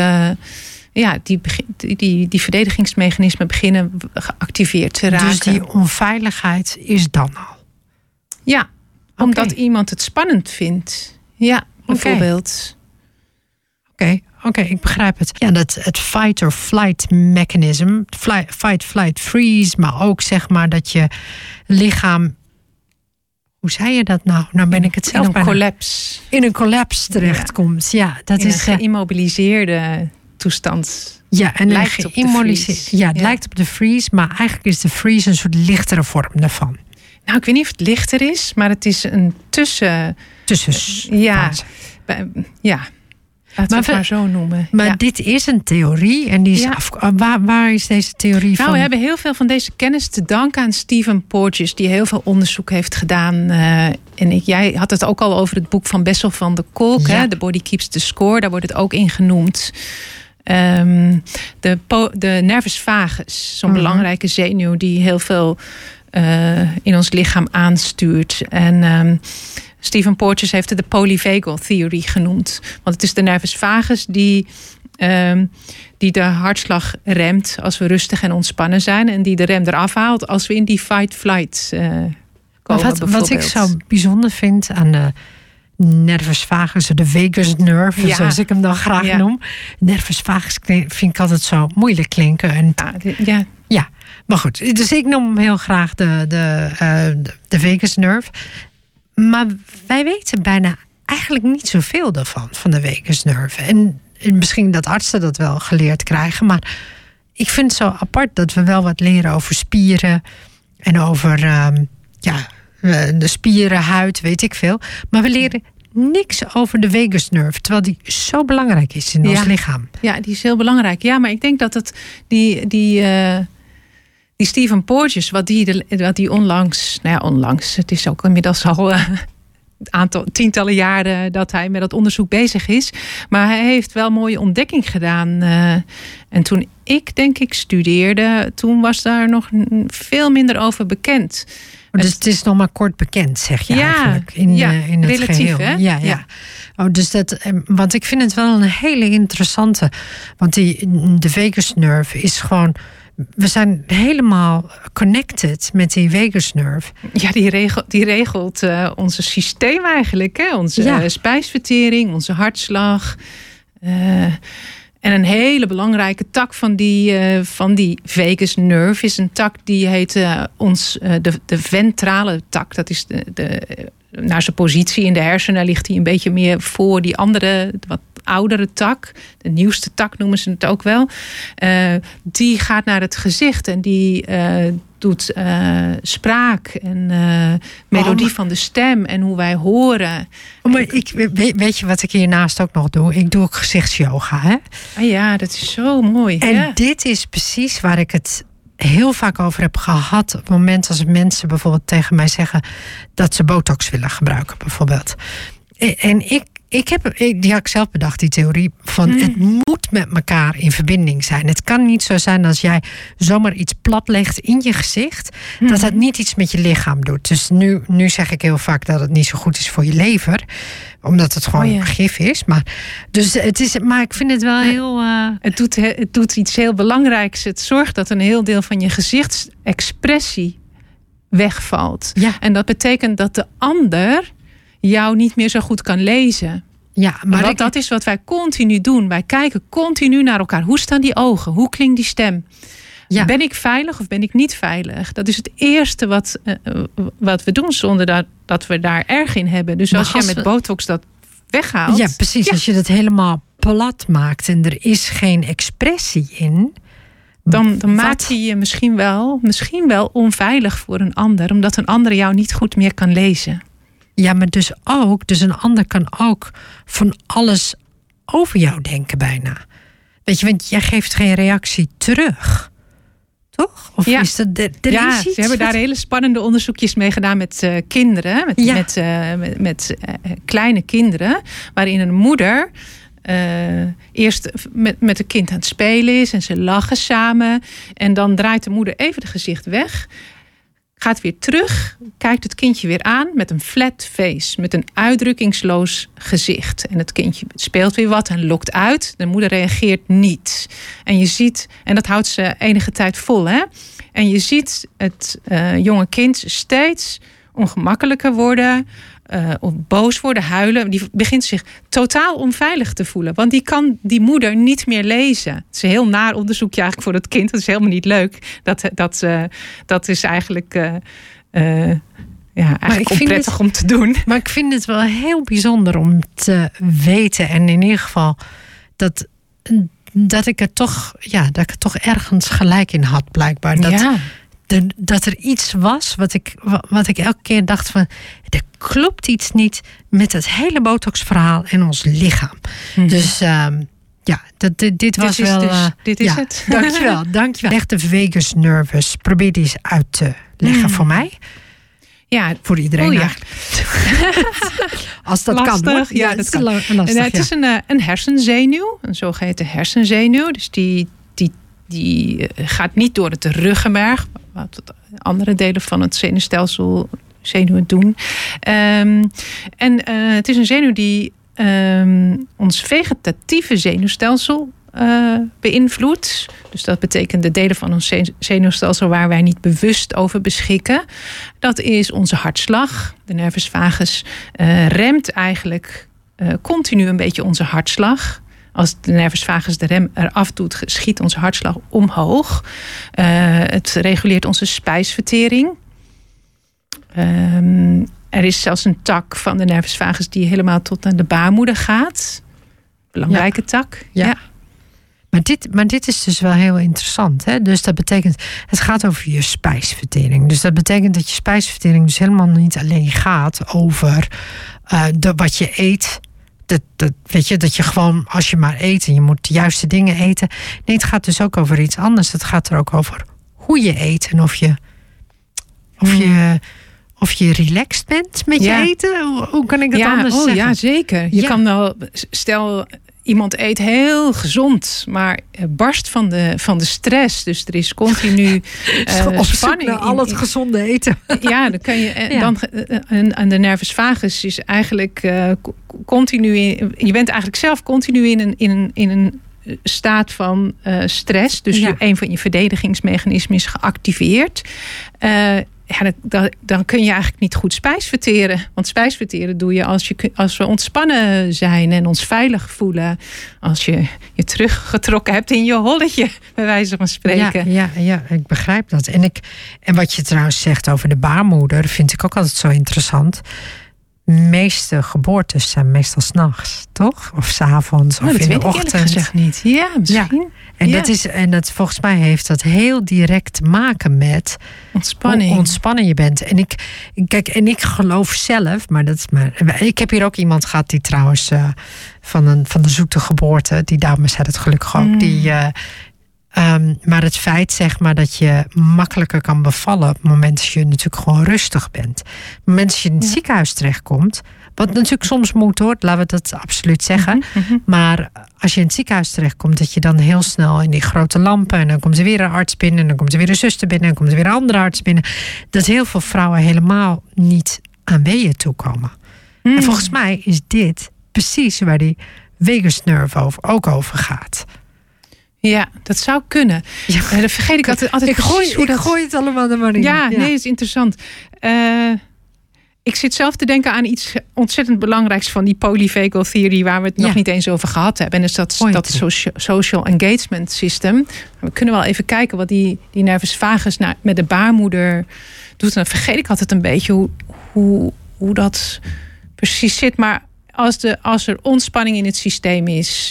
die verdedigingsmechanismen beginnen geactiveerd te raken. Dus die onveiligheid is dan al? Ja. Omdat iemand het spannend vindt. Ja, bijvoorbeeld. Oké, ik begrijp het. Ja, het fight or flight mechanism. Fight, flight, freeze. Maar ook zeg maar dat je lichaam... Hoe zei je dat nou? Nou ben ik het zelf in een collapse terechtkomt. Ja, dat in is een geïmmobiliseerde toestand. Ja, en het lijkt op de freeze, maar eigenlijk is de freeze een soort lichtere vorm daarvan. Nou, ik weet niet of het lichter is, maar het is een tussenfase. Ja. Laten we het maar zo noemen. Maar dit is een theorie. En die is waar is deze theorie van? We hebben heel veel van deze kennis te danken aan Stephen Porges, die heel veel onderzoek heeft gedaan. Jij had het ook al over het boek van Bessel van der Kolk. Ja. The Body Keeps the Score. Daar wordt het ook in genoemd. De nervus vagus. Zo'n belangrijke zenuw die heel veel in ons lichaam aanstuurt. En... Stephen Porges heeft het de polyvagal theory genoemd. Want het is de nervus vagus die de hartslag remt als we rustig en ontspannen zijn. En die de rem eraf haalt als we in die fight-flight komen. Wat ik zo bijzonder vind aan de nervus vagus, de vagus nerve, zoals ik hem dan graag noem. Nervus vagus vind ik altijd zo moeilijk klinken. Ja, maar goed. Dus ik noem hem heel graag de vagus nerve. Maar wij weten bijna eigenlijk niet zoveel daarvan, van de vagusnerve. En misschien dat artsen dat wel geleerd krijgen. Maar ik vind het zo apart dat we wel wat leren over spieren. En over de spieren, huid, weet ik veel. Maar we leren niks over de vagusnerve. Terwijl die zo belangrijk is in ons lichaam. Ja, die is heel belangrijk. Ja, maar ik denk dat het die Stephen Porges, wat die onlangs, het is ook inmiddels al tientallen jaren dat hij met dat onderzoek bezig is. Maar hij heeft wel een mooie ontdekking gedaan. En toen ik studeerde, toen was daar nog veel minder over bekend. Dus het is nog maar kort bekend, zeg je eigenlijk. In het relatief, geheel. Hè? Ja. Oh, dus want ik vind het wel een hele interessante. Want de vagusnerve is gewoon... We zijn helemaal connected met die vagusnerve. Ja, die regelt onze systeem eigenlijk. Hè? Onze spijsvertering, onze hartslag. En een hele belangrijke tak van die vagusnerve is een tak die heet de ventrale tak. Dat is naar zijn positie in de hersenen ligt hij een beetje meer voor die andere, wat oudere tak. De nieuwste tak noemen ze het ook wel. Die gaat naar het gezicht en die doet spraak en melodie van de stem en hoe wij horen. Maar weet je wat ik hiernaast ook nog doe? Ik doe ook gezichtsyoga. Hè? Ah ja, dat is zo mooi. En dit is precies waar ik het heel vaak over heb gehad. Op het moment als mensen bijvoorbeeld tegen mij zeggen dat ze botox willen gebruiken, bijvoorbeeld. En die had ik zelf bedacht, die theorie van het moet met elkaar in verbinding zijn. Het kan niet zo zijn als jij zomaar iets platlegt in je gezicht, dat het niet iets met je lichaam doet. Dus nu zeg ik heel vaak dat het niet zo goed is voor je lever, omdat het gewoon gif is. Maar ik vind het wel heel... Het doet iets heel belangrijks. Het zorgt dat een heel deel van je gezichtsexpressie wegvalt. Ja. En dat betekent dat de ander jou niet meer zo goed kan lezen. Ja, maar dat is wat wij continu doen. Wij kijken continu naar elkaar. Hoe staan die ogen? Hoe klinkt die stem? Ja. Ben ik veilig of ben ik niet veilig? Dat is het eerste wat we doen zonder dat we daar erg in hebben. Dus als jij met botox dat weghaalt. Ja, precies. Ja. Als je dat helemaal plat maakt en er is geen expressie in, dan maakt hij je misschien wel onveilig voor een ander, omdat een ander jou niet goed meer kan lezen. Ja, maar dus een ander kan ook van alles over jou denken bijna. Weet je, want jij geeft geen reactie terug. Toch? Of is dat ze hebben daar hele spannende onderzoekjes mee gedaan met kinderen. Met kleine kinderen. Waarin een moeder eerst met een kind aan het spelen is. En ze lachen samen. En dan draait de moeder even het gezicht weg. Gaat weer terug, kijkt het kindje weer aan met een flat face. Met een uitdrukkingsloos gezicht. En het kindje speelt weer wat en lokt uit. De moeder reageert niet. En je ziet, en dat houdt ze enige tijd vol. Hè? En je ziet het jonge kind steeds ongemakkelijker worden, of boos worden, huilen. Die begint zich totaal onveilig te voelen. Want die kan die moeder niet meer lezen. Het is een heel naar onderzoekje eigenlijk voor het kind. Dat is helemaal niet leuk. Dat is eigenlijk... eigenlijk onprettig om te doen. Maar ik vind het wel heel bijzonder om te weten. En in ieder geval dat ik er toch ergens gelijk in had, blijkbaar. Dat er iets was wat ik elke keer dacht van... er klopt iets niet met het hele botox-verhaal in ons lichaam. Mm-hmm. Dus dit was wel... dit is het. Dankjewel. Leg de vagus nervus. Probeer die eens uit te leggen voor mij. Ja, voor iedereen eigenlijk. Als dat lastig, kan, hoor. Ja, dat kan. Lastig, het is een hersenzenuw, een zogeheten hersenzenuw. Dus die gaat niet door het ruggenmerg, wat andere delen van het zenuwstelsel zenuwen doen. Het is een zenuw die ons vegetatieve zenuwstelsel beïnvloedt. Dus dat betekent de delen van ons zenuwstelsel waar wij niet bewust over beschikken. Dat is onze hartslag. De nervus vagus remt eigenlijk continu een beetje onze hartslag. Als de nervus vagus de rem eraf doet, schiet onze hartslag omhoog. Het reguleert onze spijsvertering. Er is zelfs een tak van de nervus vagus die helemaal tot aan de baarmoeder gaat. Belangrijke tak. Ja. Maar dit is dus wel heel interessant. Hè? Dus dat betekent, het gaat over je spijsvertering. Dus dat betekent dat je spijsvertering dus helemaal niet alleen gaat over wat je eet. Weet je, dat je gewoon, als je maar eet en je moet de juiste dingen eten. Nee, het gaat dus ook over iets anders. Het gaat er ook over hoe je eet en of je relaxed bent met je eten. Hoe kan ik dat anders zeggen? Ja, zeker. Je kan wel, stel... Iemand eet heel gezond, maar barst van de stress. Dus er is continu spanning. Al het gezonde eten. Ja, dan kan je. En de nervus vagus is eigenlijk continu. Je bent eigenlijk zelf continu in een staat van stress. Dus een van je verdedigingsmechanismen is geactiveerd. Dan kun je eigenlijk niet goed spijsverteren. Want spijsverteren doe je als we ontspannen zijn en ons veilig voelen. Als je je teruggetrokken hebt in je holletje, bij wijze van spreken. Ja, ik begrijp dat. En wat je trouwens zegt over de baarmoeder, vind ik ook altijd zo interessant. De meeste geboortes zijn meestal 's nachts, toch? Of 's avonds, of in de ochtend. Dat weet ik eerlijk gezegd niet. Ja, misschien. En dat volgens mij heeft dat heel direct te maken met ontspanning. Hoe ontspannen je bent. En ik geloof zelf, ik heb hier ook iemand gehad die trouwens van de zoete geboorte, die dame zei het gelukkig ook, maar het feit, zeg maar, dat je makkelijker kan bevallen op het moment dat je natuurlijk gewoon rustig bent. Op het moment dat je in het ziekenhuis terechtkomt, wat natuurlijk soms moet, hoor, laten we dat absoluut zeggen. Maar als je in het ziekenhuis terechtkomt, dat je dan heel snel in die grote lampen, en dan komt er weer een arts binnen, en dan komt er weer een zuster binnen, en dan komt er weer een andere arts binnen. Dat heel veel vrouwen helemaal niet aan weeën toekomen. En volgens mij is dit precies waar die vagus nerve ook over gaat. Ja, dat zou kunnen. Ja. Dat vergeet ik altijd. Ik gooi het allemaal er maar in. Ja, nee, het is interessant. Ik zit zelf te denken aan iets ontzettend belangrijks van die polyvagal theory, waar we het nog niet eens over gehad hebben. En dat social engagement system. We kunnen wel even kijken wat die nervus vagus met de baarmoeder doet. En dan vergeet ik altijd een beetje hoe dat precies zit. Maar als er ontspanning in het systeem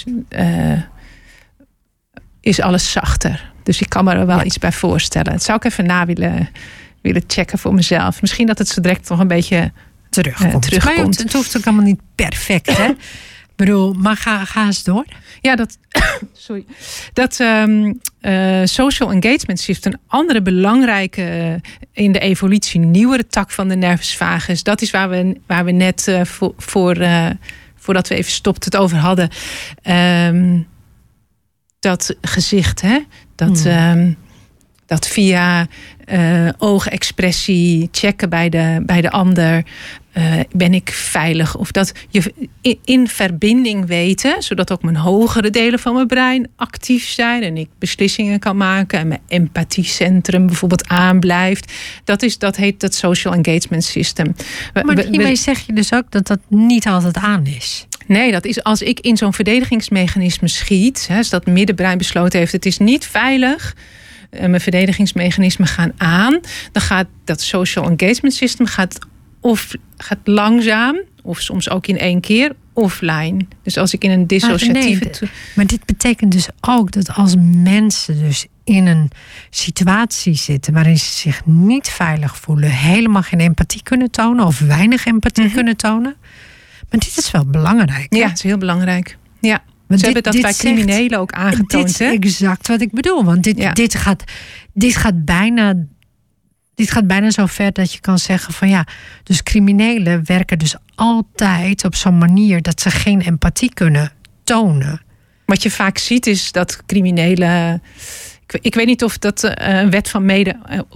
is alles zachter. Dus ik kan me er wel iets bij voorstellen. Dat zou ik even willen checken voor mezelf. Misschien dat het zo direct nog een beetje terugkomt. Maar het hoeft ook allemaal niet perfect, hè? Ik bedoel, maar ga eens door. Ja, dat social engagement system, een andere belangrijke in de evolutie nieuwere tak van de nervus vagus. Dat is waar we net voordat we even stopten het over hadden. Dat gezicht, hè? dat via oogexpressie checken bij de ander. Ben ik veilig? Of dat je in verbinding weten, zodat ook mijn hogere delen van mijn brein actief zijn en ik beslissingen kan maken en mijn empathiecentrum bijvoorbeeld aanblijft. Dat heet dat social engagement system. Maar hiermee zeg je dus ook dat dat niet altijd aan is. Nee, dat is als ik in zo'n verdedigingsmechanisme schiet, als dat middenbrein besloten heeft, het is niet veilig. Mijn verdedigingsmechanismen gaan aan. Dan gaat dat social engagement system gaat langzaam, of soms ook in 1 keer, offline. Dus als ik in een dissociatieve... Maar dit betekent dus ook dat als mensen dus in een situatie zitten waarin ze zich niet veilig voelen, helemaal geen empathie kunnen tonen of weinig empathie kunnen tonen. Maar dit is wel belangrijk. Ja, het is heel belangrijk. Ja. Ze hebben dat bij criminelen ook aangetoond. Dit is exact wat ik bedoel. Want dit gaat bijna zo ver dat je kan zeggen van ja, dus criminelen werken dus altijd op zo'n manier dat ze geen empathie kunnen tonen. Wat je vaak ziet is dat criminelen, ik weet niet of dat een wet van mede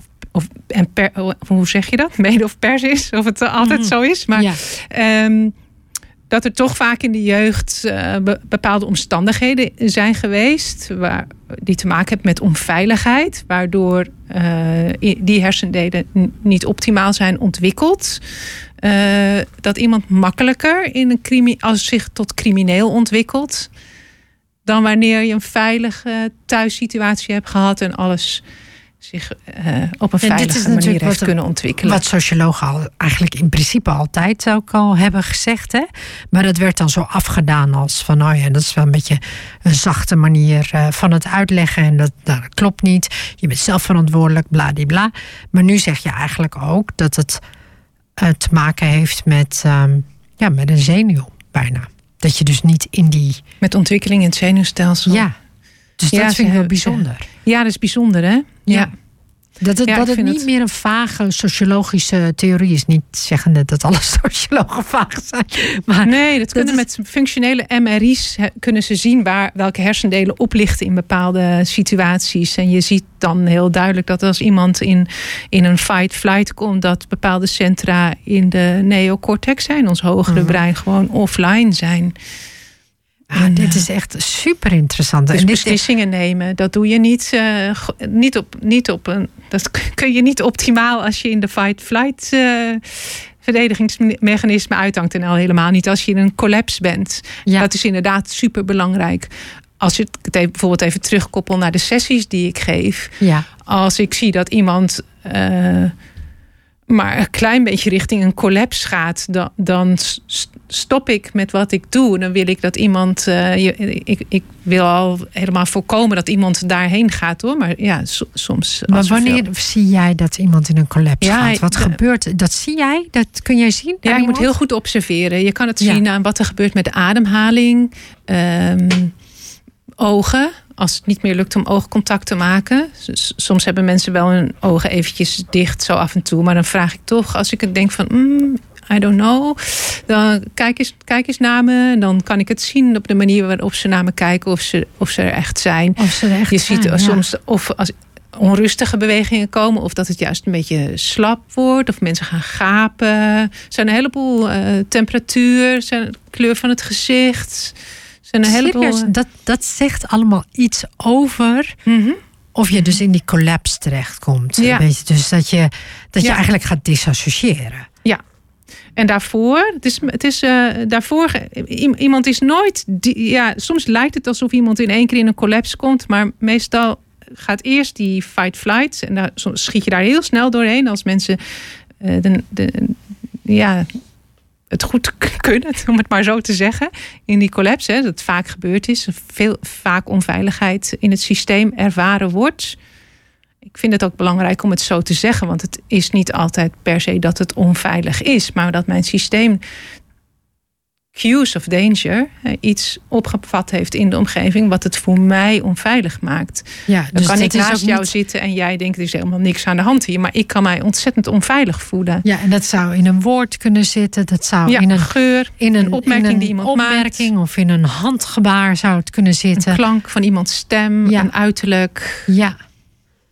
hoe zeg je dat? Mede of pers is, of het altijd zo is. Maar dat er toch vaak in de jeugd bepaalde omstandigheden zijn geweest die te maken hebben met onveiligheid, waardoor die hersendelen niet optimaal zijn ontwikkeld. Dat iemand makkelijker als zich tot crimineel ontwikkelt dan wanneer je een veilige thuissituatie hebt gehad en alles zich op een veilige manier heeft kunnen ontwikkelen. Wat sociologen al eigenlijk in principe altijd ook al hebben gezegd. Hè? Maar dat werd dan zo afgedaan als van oh ja, dat is wel een beetje een zachte manier van het uitleggen. En dat klopt niet. Je bent zelf verantwoordelijk, bladibla. Maar nu zeg je eigenlijk ook dat het te maken heeft met een zenuw bijna. Dat je dus niet in die... Met ontwikkeling in het zenuwstelsel. Ja, dus dat vind ik wel bijzonder. Ja, dat is bijzonder, hè? Ja. Dat het niet meer een vage sociologische theorie is. Niet zeggende dat alle sociologen vaag zijn. Maar nee, dat kunnen met functionele MRI's kunnen ze zien welke hersendelen oplichten in bepaalde situaties. En je ziet dan heel duidelijk dat als iemand in een fight-flight komt, dat bepaalde centra in de neocortex zijn, ons hogere brein, gewoon offline zijn. Dit is echt super interessant. Dus beslissingen nemen, dat doe je niet op een. Dat kun je niet optimaal als je in de fight-flight verdedigingsmechanisme uithangt. En al helemaal niet als je in een collapse bent. Ja. Dat is inderdaad super belangrijk. Als je het bijvoorbeeld even terugkoppelt naar de sessies die ik geef. Ja. Als ik zie dat iemand maar een klein beetje richting een collapse gaat, dan stop ik met wat ik doe. Dan wil ik dat iemand... Ik wil al helemaal voorkomen dat iemand daarheen gaat, hoor. Maar ja, soms... Maar wanneer zie jij dat iemand in een collapse gaat? Wat gebeurt? Dat zie jij? Dat kun jij zien? Ja, je moet heel goed observeren. Je kan het zien aan wat er gebeurt met de ademhaling. Ogen. Als het niet meer lukt om oogcontact te maken. Soms hebben mensen wel hun ogen eventjes dicht, zo af en toe. Maar dan vraag ik toch, als ik denk van... I don't know. Dan kijk eens naar me. En dan kan ik het zien op de manier waarop ze naar me kijken. Of ze er echt zijn. Je ziet soms of als onrustige bewegingen komen. Of dat het juist een beetje slap wordt. Of mensen gaan gapen. Er zijn een heleboel temperatuur. Kleur van het gezicht. Serieus, dat zegt allemaal iets over of je dus in die collapse terechtkomt. Ja. Weet je, dus dat je eigenlijk gaat disassociëren. Ja. En daarvoor, iemand is nooit... soms lijkt het alsof iemand in 1 keer in een collapse komt, maar meestal gaat eerst die fight-flight en dan schiet je daar heel snel doorheen als mensen het goed kunnen, om het maar zo te zeggen, in die collapse, dat het vaak gebeurd is, vaak onveiligheid in het systeem ervaren wordt. Ik vind het ook belangrijk om het zo te zeggen, want het is niet altijd per se dat het onveilig is, maar dat mijn systeem cues of danger iets opgevat heeft in de omgeving wat het voor mij onveilig maakt. Ja, dan dus kan ik naast jou zitten en jij denkt er is helemaal niks aan de hand hier, maar ik kan mij ontzettend onveilig voelen. Ja, en dat zou in een woord kunnen zitten, dat zou in een geur, in een opmerking die iemand maakt, of in een handgebaar zou het kunnen zitten. Een klank van iemands stem, een uiterlijk. Ja.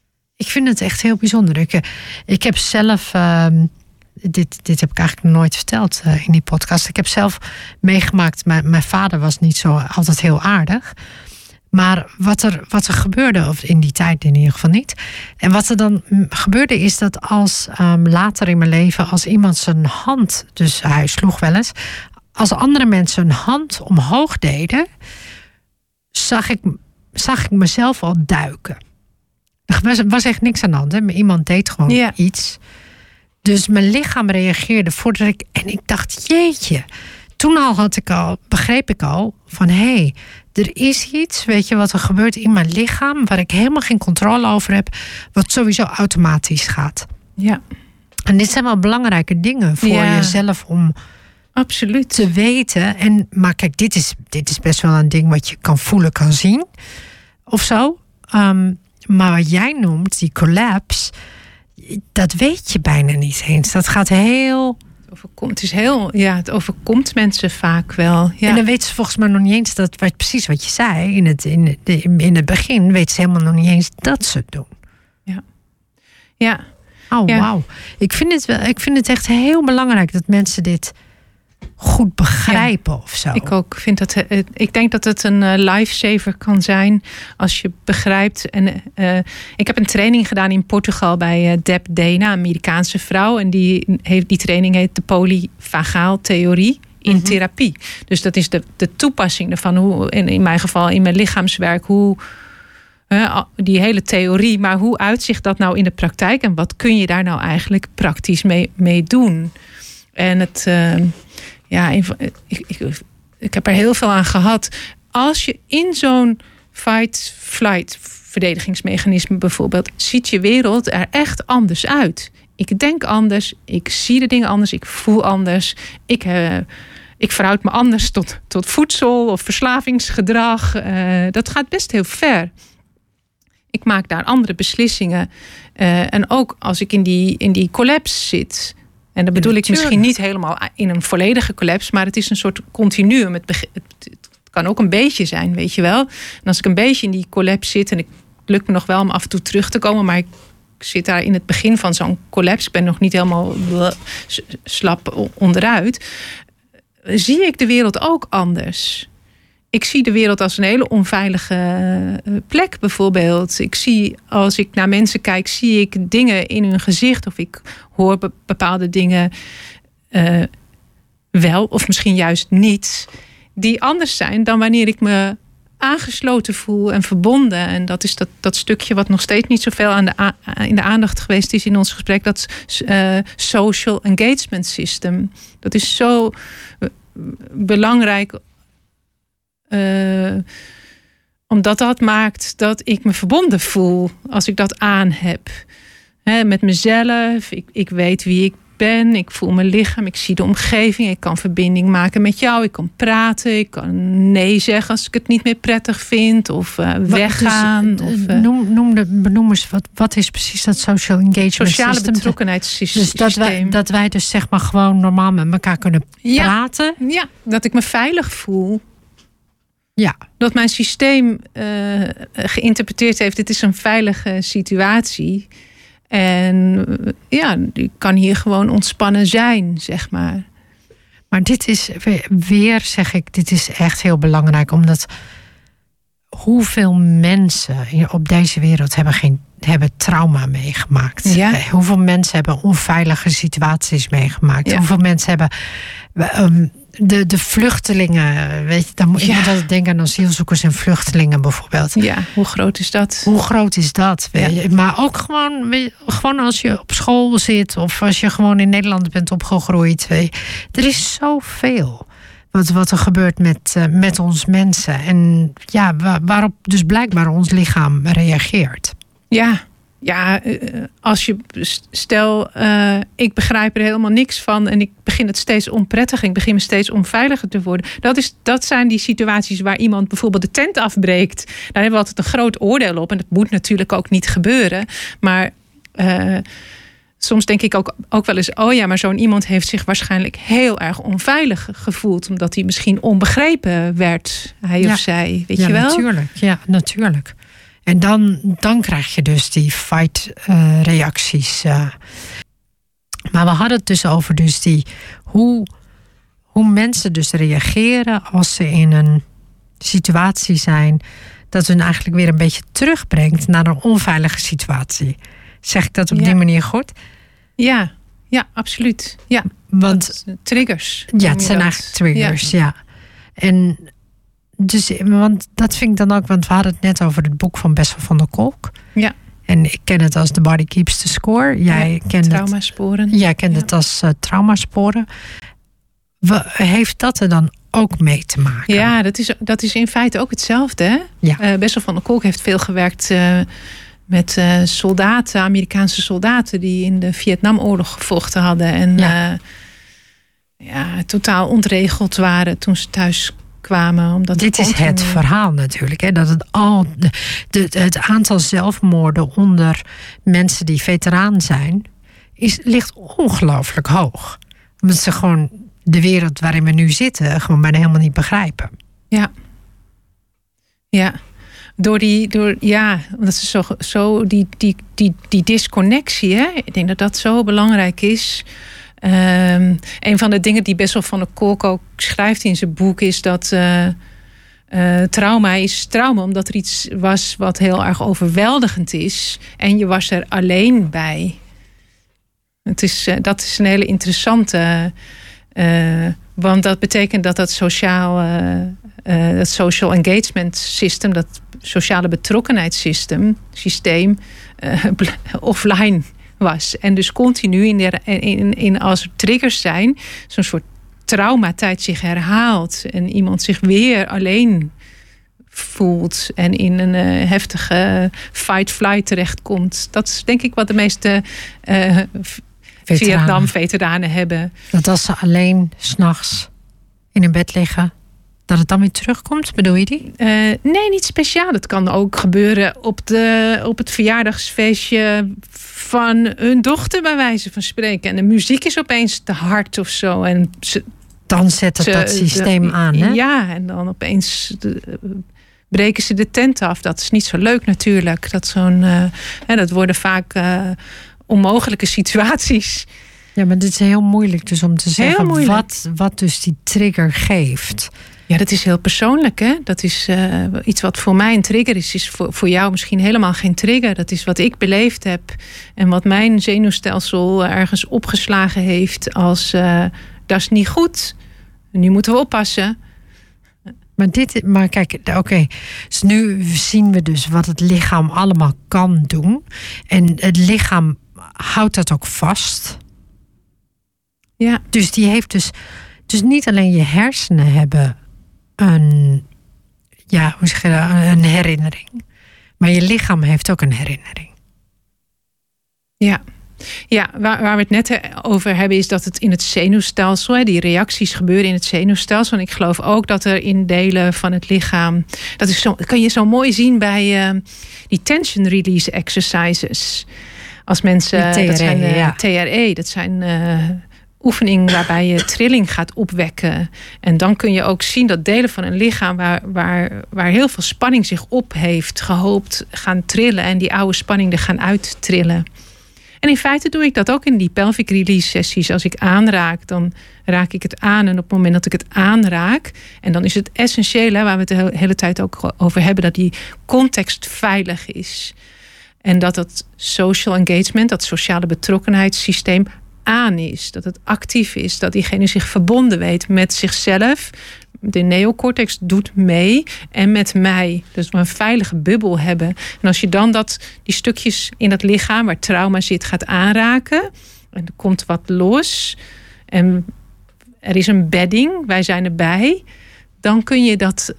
Ik vind het echt heel bijzonder. Ik heb zelf... Dit heb ik eigenlijk nog nooit verteld in die podcast. Ik heb zelf meegemaakt... Mijn vader was niet zo altijd heel aardig. Maar wat er gebeurde, of in die tijd in ieder geval niet. En wat er dan gebeurde is dat als later in mijn leven... als iemand zijn hand... dus hij sloeg wel eens... als andere mensen hun hand omhoog deden... zag ik mezelf al duiken. Er was echt niks aan de hand. Hè? Iemand deed gewoon iets... Dus mijn lichaam reageerde voordat ik... En ik dacht, jeetje. Toen begreep ik al van... hé, er is iets, weet je, wat er gebeurt in mijn lichaam... waar ik helemaal geen controle over heb... wat sowieso automatisch gaat. Ja. En dit zijn wel belangrijke dingen voor jezelf om... Absoluut. Te weten. Maar kijk, dit is best wel een ding wat je kan voelen, kan zien. Of zo. Maar wat jij noemt, die collapse... dat weet je bijna niet eens. Dat gaat heel... Het overkomt mensen vaak wel. Ja. En dan weten ze volgens mij nog niet eens... precies wat je zei in het begin... weten ze helemaal nog niet eens dat ze het doen. Ja. Oh, wauw. Ik vind het echt heel belangrijk... dat mensen dit goed begrijpen of zo. Ik ook. Ik denk dat het een lifesaver kan zijn als je begrijpt. En ik heb een training gedaan in Portugal bij Deb Dana, een Amerikaanse vrouw. En die training heet de polyvagaaltheorie in therapie. Dus dat is de toepassing ervan. Hoe, in mijn geval in mijn lichaamswerk, hoe die hele theorie, maar hoe uitzicht dat nou in de praktijk? En wat kun je daar nou eigenlijk praktisch mee doen? En het... ik heb er heel veel aan gehad. Als je in zo'n fight-flight verdedigingsmechanisme bijvoorbeeld... ziet je wereld er echt anders uit. Ik denk anders, ik zie de dingen anders, ik voel anders. Ik verhoud me anders tot voedsel of verslavingsgedrag. Dat gaat best heel ver. Ik maak daar andere beslissingen. En ook als ik in die collapse zit... En dat bedoel ik misschien niet helemaal in een volledige collapse... maar het is een soort continuum. Het kan ook een beetje zijn, weet je wel. En als ik een beetje in die collapse zit... en het lukt me nog wel om af en toe terug te komen... maar ik zit daar in het begin van zo'n collapse... ik ben nog niet helemaal slap onderuit... zie ik de wereld ook anders. Ik zie de wereld als een hele onveilige plek bijvoorbeeld. Als ik naar mensen kijk, zie ik dingen in hun gezicht... of ik hoor bepaalde dingen wel, of misschien juist niet... die anders zijn dan wanneer ik me aangesloten voel en verbonden. En dat is dat stukje wat nog steeds niet zoveel in de aandacht geweest is in ons gesprek... dat social engagement system. Dat is zo belangrijk... omdat dat maakt dat ik me verbonden voel als ik dat aan heb. Met mezelf, ik weet wie ik ben, ik voel mijn lichaam, ik zie de omgeving, ik kan verbinding maken met jou, ik kan praten, ik kan nee zeggen als ik het niet meer prettig vind of weggaan. Benoem eens, wat is precies dat social engagement sociale system? Betrokkenheidssysteem. Dus dat wij dus zeg maar gewoon normaal met elkaar kunnen praten? Ja, dat ik me veilig voel. Ja. Dat mijn systeem geïnterpreteerd heeft... dit is een veilige situatie. En ik kan hier gewoon ontspannen zijn, zeg maar. Maar dit is weer, zeg ik, dit is echt heel belangrijk. Omdat hoeveel mensen op deze wereld hebben trauma meegemaakt. Ja. Hoeveel mensen hebben onveilige situaties meegemaakt. Ja. Hoeveel mensen hebben... De vluchtelingen, weet je, dan moet je altijd denken aan asielzoekers en vluchtelingen bijvoorbeeld. Ja, hoe groot is dat? Hoe groot is dat? Weet je? Maar ook gewoon als je op school zit of als je gewoon in Nederland bent opgegroeid. Er is zoveel wat er gebeurt met ons mensen. En waarop dus blijkbaar ons lichaam reageert. Ja, als je stel, ik begrijp er helemaal niks van en ik begin het steeds onprettig, ik begin me steeds onveiliger te worden. Dat zijn die situaties waar iemand bijvoorbeeld de tent afbreekt. Daar hebben we altijd een groot oordeel op en dat moet natuurlijk ook niet gebeuren. Maar soms denk ik ook wel eens, maar zo'n iemand heeft zich waarschijnlijk heel erg onveilig gevoeld, omdat hij misschien onbegrepen werd, hij of zij, weet je wel? Natuurlijk. Ja, natuurlijk. En dan krijg je dus die fight reacties. Maar we hadden het dus over dus hoe mensen dus reageren als ze in een situatie zijn dat hun eigenlijk weer een beetje terugbrengt naar een onveilige situatie. Zeg ik dat op die manier goed? Ja, absoluut. Ja, want triggers. Ja, het zijn eigenlijk triggers, ja. En dus, want dat vind ik dan ook, want we hadden het net over het boek van Bessel van der Kolk. Ja. En ik ken het als The Body Keeps the Score. Jij kent traumasporen. Jij kent het als traumasporen. Heeft dat er dan ook mee te maken? Ja, dat is in feite ook hetzelfde. Hè? Ja. Bessel van der Kolk heeft veel gewerkt met soldaten, Amerikaanse soldaten die in de Vietnamoorlog gevochten hadden. En totaal ontregeld waren toen ze thuis kwamen. Omdat dit is het verhaal natuurlijk. Hè? Dat het aantal zelfmoorden onder mensen die veteraan zijn ligt ongelooflijk hoog. Omdat ze gewoon de wereld waarin we nu zitten gewoon bijna helemaal niet begrijpen. Ja. Dat is zo die disconnectie. Hè? Ik denk dat zo belangrijk is. Een van de dingen die Bessel van der Kolk ook schrijft in zijn boek is dat trauma is trauma omdat er iets was wat heel erg overweldigend is en je was er alleen bij. Dat is een hele interessante, want dat betekent dat social engagement system, dat sociale betrokkenheidssysteem offline was. En dus continu in als er triggers zijn, zo'n soort traumatijd zich herhaalt en iemand zich weer alleen voelt en in een heftige fight-flight terechtkomt. Dat is denk ik wat de meeste Vietnam-veteranen hebben. Dat als ze alleen 's nachts in een bed liggen, dat het dan weer terugkomt, bedoel je die? Nee, niet speciaal. Dat kan ook gebeuren op het verjaardagsfeestje van hun dochter, bij wijze van spreken. En de muziek is opeens te hard of zo. En dan zet het dat systeem aan, hè? Ja, en dan opeens breken ze de tent af. Dat is niet zo leuk natuurlijk. Dat worden vaak onmogelijke situaties. Ja, maar dit is heel moeilijk dus om te zeggen wat dus die trigger geeft. Ja, dat is heel persoonlijk, hè? Dat is iets wat voor mij een trigger is voor jou misschien helemaal geen trigger. Dat is wat ik beleefd heb en wat mijn zenuwstelsel ergens opgeslagen heeft als dat is niet goed. Nu moeten we oppassen. Maar kijk, oké. Dus nu zien we dus wat het lichaam allemaal kan doen. En het lichaam houdt dat ook vast. Ja. Dus die heeft dus niet alleen je hersenen hebben een herinnering. Maar je lichaam heeft ook een herinnering. Ja, waar we het net over hebben is dat het in het zenuwstelsel, die reacties gebeuren in het zenuwstelsel. En ik geloof ook dat er in delen van het lichaam, dat kan je zo mooi zien bij die tension release exercises. Als mensen, TRE, dat zijn oefeningen waarbij je trilling gaat opwekken. En dan kun je ook zien dat delen van een lichaam waar heel veel spanning zich op heeft gehoopt gaan trillen en die oude spanning er gaan uittrillen. En in feite doe ik dat ook in die pelvic release sessies. Als ik aanraak, dan raak ik het aan. En op het moment dat ik het aanraak, en dan is het essentieel, waar we het de hele tijd ook over hebben, dat die context veilig is. En dat social engagement, dat sociale betrokkenheidssysteem aan is. Dat het actief is. Dat diegene zich verbonden weet met zichzelf. De neocortex doet mee en met mij. Dus we een veilige bubbel hebben. En als je dan die stukjes in dat lichaam waar trauma zit gaat aanraken. En er komt wat los. En er is een bedding. Wij zijn erbij. Dan kun je dat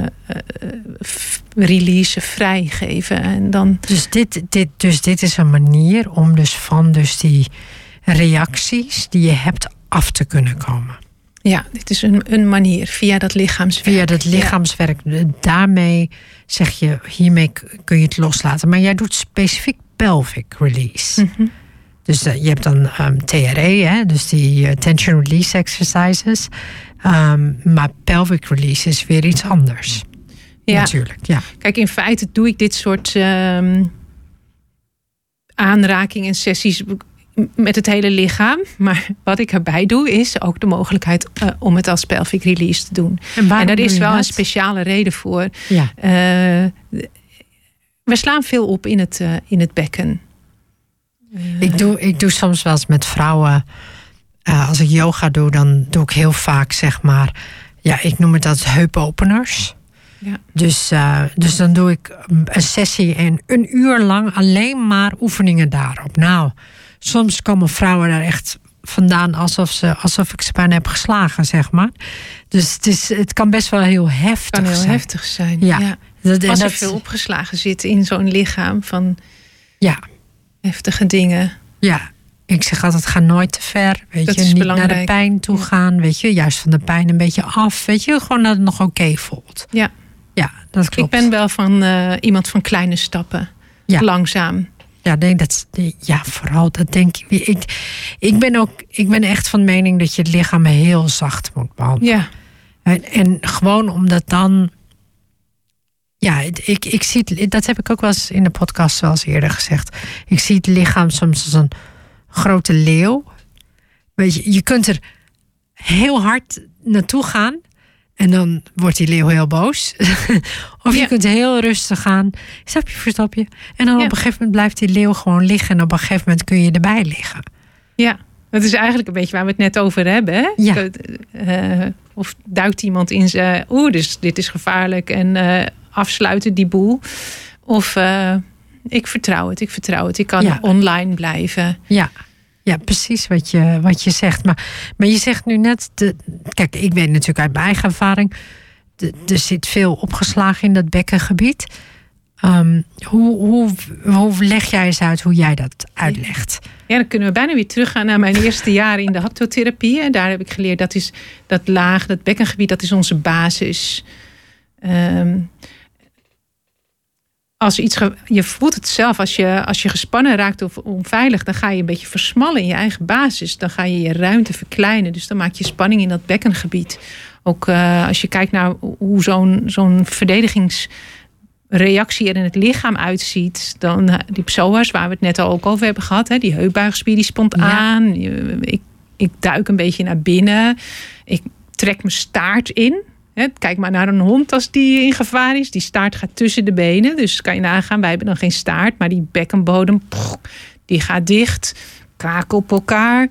release vrijgeven. En dan... Dus dit is een manier om van die reacties die je hebt af te kunnen komen. Ja, dit is een manier via dat lichaamswerk. Via dat lichaamswerk. Ja. Daarmee zeg je, hiermee kun je het loslaten. Maar jij doet specifiek pelvic release. Mm-hmm. Dus je hebt dan TRE, hè? Dus die tension release exercises. Maar pelvic release is weer iets anders. natuurlijk. Ja. Kijk, in feite doe ik dit soort aanraking en sessies met het hele lichaam. Maar wat ik erbij doe, is ook de mogelijkheid om het als pelvic release te doen. En daar is wel een speciale reden voor. Ja. We slaan veel op in het bekken. Ik doe soms wel eens met vrouwen. Als ik yoga doe, dan doe ik heel vaak, zeg maar. Ja, ik noem het als heupopeners. Ja. Dus dan doe ik een sessie en 1 uur lang alleen maar oefeningen daarop. Nou, soms komen vrouwen daar echt vandaan alsof ik ze bijna heb geslagen, zeg maar. Dus het kan best wel heel heftig zijn. Het kan heel heftig zijn, ja. Als er veel opgeslagen zit in zo'n lichaam van heftige dingen. Ja. Ik zeg altijd, ga nooit te ver. Weet je, niet belangrijk. Naar de pijn toe gaan. Weet je, juist van de pijn een beetje af. Weet je, gewoon dat het nog oké voelt. Ja, dat klopt. Ik ben wel van iemand van kleine stappen. Ja. Langzaam. Ja, vooral dat denk ik. Ik ben echt van mening dat je het lichaam heel zacht moet behandelen. Ja. En gewoon omdat dan. Ja, ik zie het, dat heb ik ook wel eens in de podcast zoals eerder gezegd. Ik zie het lichaam soms als een grote leeuw. Weet je, je kunt er heel hard naartoe gaan en dan wordt die leeuw heel boos. Of je kunt heel rustig gaan, stapje voor stapje. En dan op een gegeven moment blijft die leeuw gewoon liggen en op een gegeven moment kun je erbij liggen. Ja, dat is eigenlijk een beetje waar we het net over hebben. Hè? Ja. Of duikt iemand in zijn, dus dit is gevaarlijk en afsluiten die boel. Of ik vertrouw het. Ik kan online blijven. Ja, precies wat je zegt. Maar je zegt nu net, kijk, ik weet natuurlijk uit mijn eigen ervaring, er zit veel opgeslagen in dat bekkengebied. Hoe leg jij eens uit hoe jij dat uitlegt? Ja, dan kunnen we bijna weer teruggaan naar mijn eerste jaren in de haptotherapie. En daar heb ik geleerd, dat is dat bekkengebied, dat is onze basis. Je voelt het zelf, als je gespannen raakt of onveilig, dan ga je een beetje versmallen in je eigen basis. Dan ga je ruimte verkleinen. Dus dan maak je spanning in dat bekkengebied. Ook als je kijkt naar hoe zo'n verdedigingsreactie er in het lichaam uitziet, dan die psoas, waar we het net al ook over hebben gehad, die heupbuigspier die spant aan. Ik duik een beetje naar binnen. Ik trek mijn staart in. Kijk maar naar een hond als die in gevaar is. Die staart gaat tussen de benen. Dus kan je nagaan, wij hebben dan geen staart. Maar die bekkenbodem, die gaat dicht. Kraken op elkaar.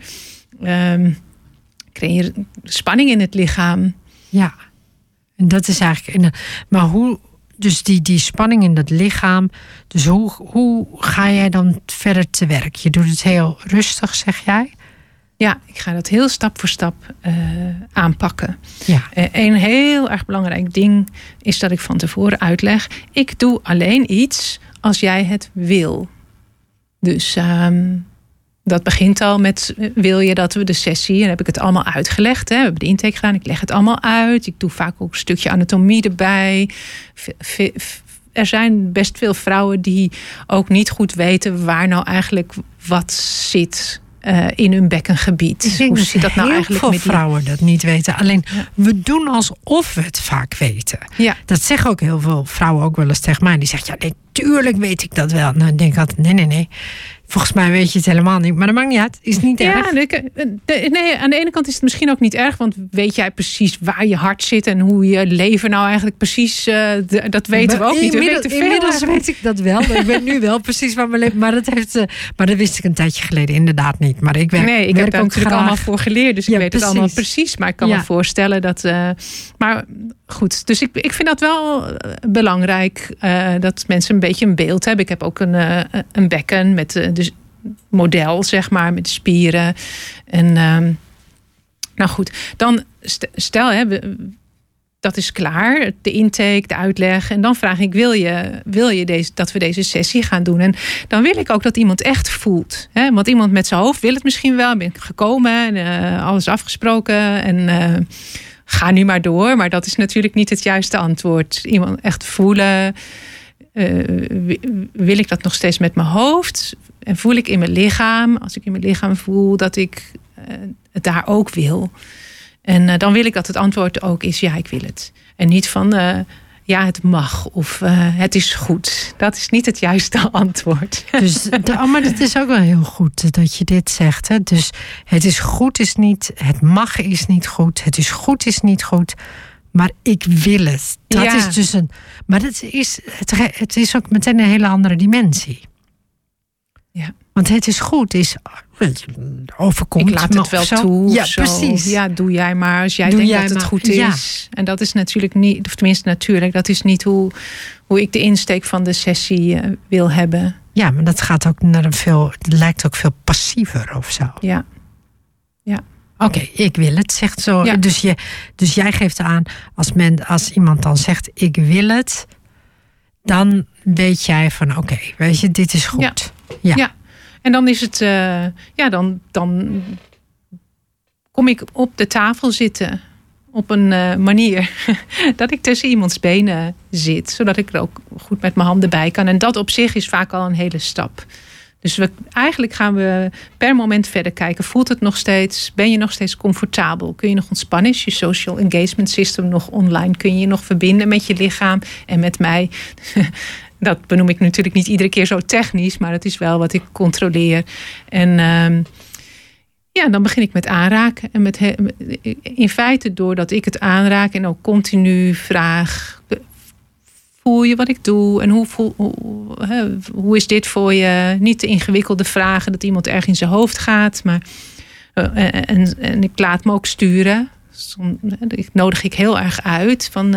Creëer spanning in het lichaam. Ja, en dat is eigenlijk. Maar hoe, dus die spanning in dat lichaam. Dus hoe ga jij dan verder te werk? Je doet het heel rustig, zeg jij? Ja, ik ga dat heel stap voor stap aanpakken. Ja. Een heel erg belangrijk ding is dat ik van tevoren uitleg. Ik doe alleen iets als jij het wil. Dus dat begint al met, wil je dat we de sessie, en dan heb ik het allemaal uitgelegd. Hè? We hebben de intake gedaan, ik leg het allemaal uit. Ik doe vaak ook een stukje anatomie erbij. Er zijn best veel vrouwen die ook niet goed weten waar nou eigenlijk wat zit in hun bekkengebied. Hoe zit dat nou eigenlijk met die vrouwen dat niet weten? Alleen we doen alsof we het vaak weten. Ja. Dat zeggen ook heel veel vrouwen ook wel eens tegen mij. Die zeggen, ja, natuurlijk weet ik dat wel. Nou, ik denk altijd, nee. Volgens mij weet je het helemaal niet. Maar dat maakt niet uit. Is niet erg. Nee, aan de ene kant is het misschien ook niet erg. Want weet jij precies waar je hart zit en hoe je leven nou eigenlijk precies. Dat weten we ook niet. Inmiddels weet ik dat wel. Ik weet nu wel precies waar mijn leven. Maar dat wist ik een tijdje geleden inderdaad niet. Maar ik heb daar natuurlijk allemaal voor geleerd. Dus ik weet het allemaal precies. Maar ik kan me voorstellen dat. Maar goed, dus ik vind dat wel belangrijk. Dat mensen een beetje een beeld hebben. Ik heb ook een bekken met dus model, zeg maar, met de spieren. En nou goed, dan stel, dat is klaar. De intake, de uitleg. En dan vraag ik, wil je dat we deze sessie gaan doen? En dan wil ik ook dat iemand echt voelt. Hè? Want iemand met zijn hoofd wil het misschien wel. Ben ik gekomen en alles afgesproken. En ga nu maar door. Maar dat is natuurlijk niet het juiste antwoord. Iemand echt voelen. Wil ik dat nog steeds met mijn hoofd? En voel ik in mijn lichaam, als ik in mijn lichaam voel, dat ik het daar ook wil. En dan wil ik dat het antwoord ook is, ja, ik wil het. En niet van, het mag of het is goed. Dat is niet het juiste antwoord. Dus, maar het is ook wel heel goed dat je dit zegt. Hè? Dus het is goed is niet, het mag is niet goed, het is goed is niet goed, maar ik wil het. Dat is dus maar het is ook meteen een hele andere dimensie. Ja. Want het is goed, is overkomt. Ik laat het wel toe. Ja, precies. Ja, doe jij maar als jij denkt dat het goed is. Ja. En dat is natuurlijk niet, of tenminste natuurlijk, dat is niet hoe ik de insteek van de sessie wil hebben. Ja, maar dat gaat ook naar het lijkt ook veel passiever of zo. Ja. Oké, ik wil het, zegt zo. Ja. Dus jij geeft aan, als iemand dan zegt ik wil het, dan weet jij van oké, weet je, dit is goed. Ja. En dan is het, dan kom ik op de tafel zitten op een manier dat ik tussen iemands benen zit, zodat ik er ook goed met mijn handen bij kan. En dat op zich is vaak al een hele stap. Dus eigenlijk gaan we per moment verder kijken. Voelt het nog steeds? Ben je nog steeds comfortabel? Kun je nog ontspannen? Is je social engagement system nog online? Kun je je nog verbinden met je lichaam en met mij? Dat benoem ik natuurlijk niet iedere keer zo technisch, maar het is wel wat ik controleer. En dan begin ik met aanraken. En in feite doordat ik het aanraak en ook continu vraag, voel je wat ik doe? En hoe is dit voor je? Niet te ingewikkelde vragen dat iemand erg in zijn hoofd gaat. Maar, en ik laat me ook sturen. Ik nodig ik heel erg uit. Van,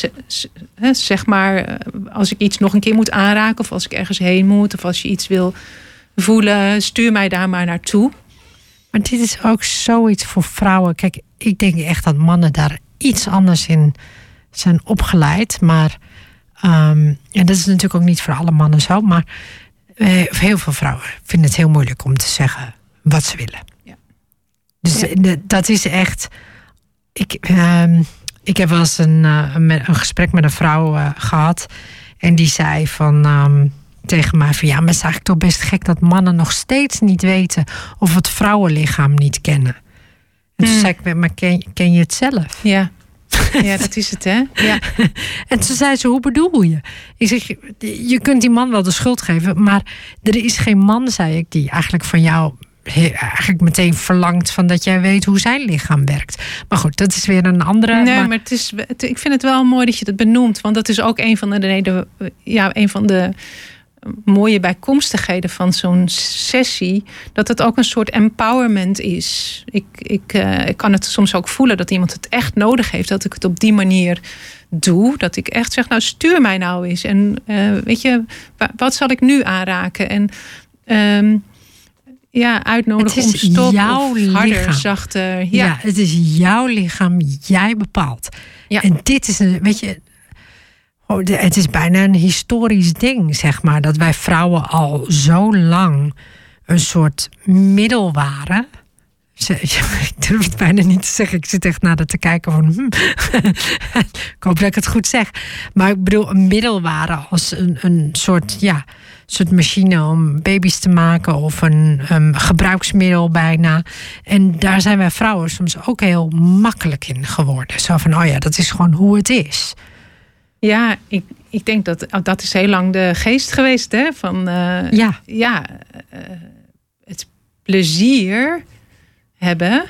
zeg maar, als ik iets nog een keer moet aanraken, of als ik ergens heen moet, of als je iets wil voelen, stuur mij daar maar naartoe. Maar dit is ook zoiets voor vrouwen. Kijk, ik denk echt dat mannen daar iets anders in zijn opgeleid. Maar en dat is natuurlijk ook niet voor alle mannen zo. Maar heel veel vrouwen vinden het heel moeilijk om te zeggen wat ze willen. Ja. Dus dat is echt. Ik heb wel eens een gesprek met een vrouw gehad. En die zei tegen mij van ja, maar het is eigenlijk toch best gek dat mannen nog steeds niet weten of het vrouwenlichaam niet kennen. En toen zei ik, maar ken je het zelf? Ja. Ja, dat is het, hè? Ja. En toen zei ze, hoe bedoel je? Ik zeg, je kunt die man wel de schuld geven, maar er is geen man, zei ik, die eigenlijk van jou eigenlijk meteen verlangt van dat jij weet hoe zijn lichaam werkt. Maar goed, dat is weer een andere. Nee, maar ik vind het wel mooi dat je dat benoemt, want dat is ook een van de mooie bijkomstigheden van zo'n sessie, dat het ook een soort empowerment is. Ik kan het soms ook voelen dat iemand het echt nodig heeft, dat ik het op die manier doe. Dat ik echt zeg, nou stuur mij nou eens. En weet je, wat zal ik nu aanraken? En uitnodigen om stop of harder, lichaam. Zachter. Ja, het is jouw lichaam, jij bepaalt. Ja. En dit is weet je, het is bijna een historisch ding, zeg maar, dat wij vrouwen al zo lang een soort middel waren. Ik durf het bijna niet te zeggen. Ik zit echt naar te kijken van ik hoop dat ik het goed zeg. Maar ik bedoel, een middel waren als een soort machine om baby's te maken of een gebruiksmiddel bijna. En daar zijn wij vrouwen soms ook heel makkelijk in geworden. Zo van, dat is gewoon hoe het is. Ja, ik denk dat is heel lang de geest geweest, hè? Van het plezier hebben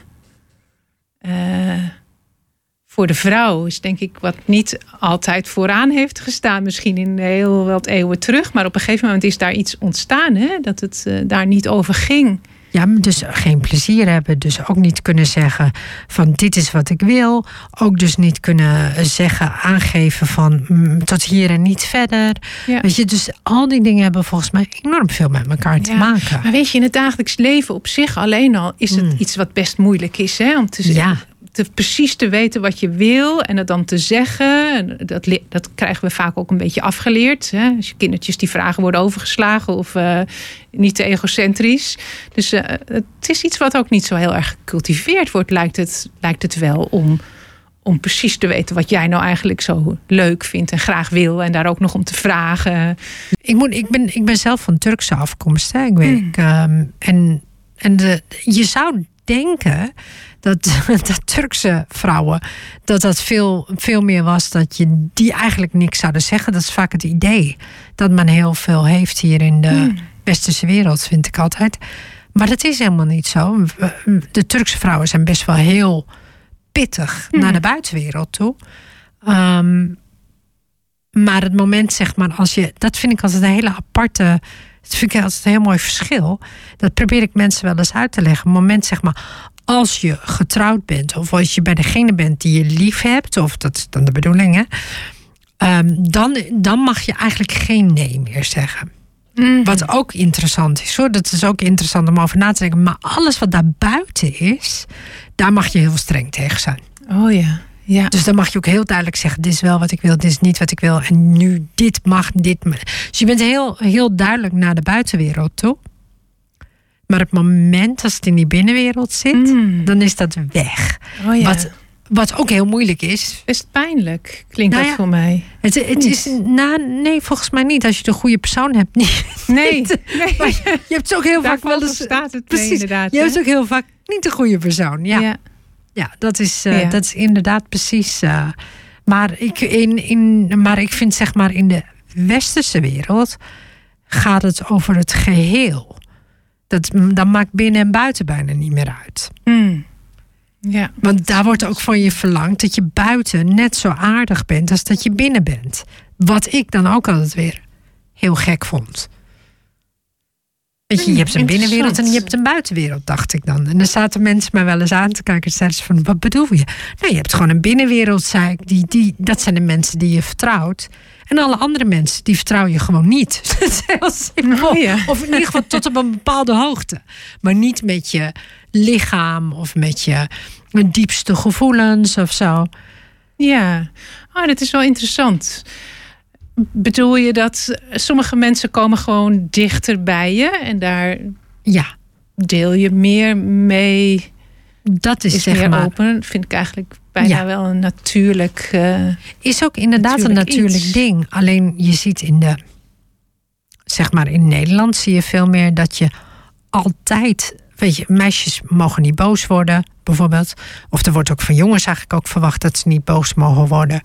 voor de vrouw is denk ik wat niet altijd vooraan heeft gestaan. Misschien in heel wat eeuwen terug. Maar op een gegeven moment is daar iets ontstaan, hè? Dat het daar niet over ging. Ja, dus geen plezier hebben. Dus ook niet kunnen zeggen van dit is wat ik wil. Ook dus niet kunnen zeggen, aangeven van tot hier en niet verder. Ja. Weet je, dus al die dingen hebben volgens mij enorm veel met elkaar te maken. Maar weet je, in het dagelijks leven op zich alleen al is het iets wat best moeilijk is. Hè? Om precies te weten wat je wil en het dan te zeggen. Dat krijgen we vaak ook een beetje afgeleerd. Hè? Als je kindertjes die vragen worden overgeslagen of niet te egocentrisch. Dus het is iets wat ook niet zo heel erg gecultiveerd wordt, lijkt het wel om precies te weten wat jij nou eigenlijk zo leuk vindt en graag wil. En daar ook nog om te vragen. Ik ben zelf van Turkse afkomst. Hè? Je zou denken dat Turkse vrouwen, dat veel meer was dat je die eigenlijk niks zouden zeggen. Dat is vaak het idee dat men heel veel heeft hier in de westerse wereld, vind ik altijd. Maar dat is helemaal niet zo. De Turkse vrouwen zijn best wel heel pittig naar de buitenwereld toe. Maar het moment, zeg maar, dat vind ik altijd een hele aparte. Dat vind ik altijd een heel mooi verschil. Dat probeer ik mensen wel eens uit te leggen. Het moment, zeg maar, als je getrouwd bent, of als je bij degene bent die je lief hebt, of dat is dan de bedoeling, hè, dan mag je eigenlijk geen nee meer zeggen. Wat ook interessant is, hoor. Dat is ook interessant om over na te denken. Maar alles wat daar buiten is, daar mag je heel streng tegen zijn. Oh ja. Ja. Dus dan mag je ook heel duidelijk zeggen, dit is wel wat ik wil, dit is niet wat ik wil. En nu dit mag, dit mag. Dus je bent heel, heel duidelijk naar de buitenwereld toe. Maar op het moment als het in die binnenwereld zit, dan is dat weg. Oh ja. Wat ook heel moeilijk is. Best pijnlijk, klinkt dat voor mij. Het is, nee, volgens mij niet. Als je de goede persoon hebt, niet. Nee. Maar je hebt ook heel vaak wel eens. Staat het precies. Inderdaad. Je hebt ook heel vaak niet de goede persoon. Ja, dat is inderdaad precies. Maar ik vind, zeg maar, in de westerse wereld gaat het over het geheel. Dan maakt binnen en buiten bijna niet meer uit. Ja. Want daar wordt ook van je verlangd dat je buiten net zo aardig bent als dat je binnen bent. Wat ik dan ook altijd weer heel gek vond. Weet je hebt een binnenwereld en je hebt een buitenwereld, dacht ik dan. En dan zaten mensen mij wel eens aan te kijken en zeiden ze van, wat bedoel je? Nou, je hebt gewoon een binnenwereld, zei ik. Dat zijn de mensen die je vertrouwt. En alle andere mensen, die vertrouw je gewoon niet. Dat is heel simpel. Oh, ja. Of in ieder geval tot op een bepaalde hoogte. Maar niet met je lichaam of met je diepste gevoelens of zo. Ja, dat is wel interessant. Bedoel je dat sommige mensen komen gewoon dichter bij je en daar deel je meer mee? Dat is meer zeg maar open. Vind ik eigenlijk bijna wel een natuurlijk. Is ook inderdaad een natuurlijk ding. Alleen je ziet in Nederland zie je veel meer dat je altijd, weet je, meisjes mogen niet boos worden, bijvoorbeeld. Of er wordt ook van jongens eigenlijk ook verwacht dat ze niet boos mogen worden.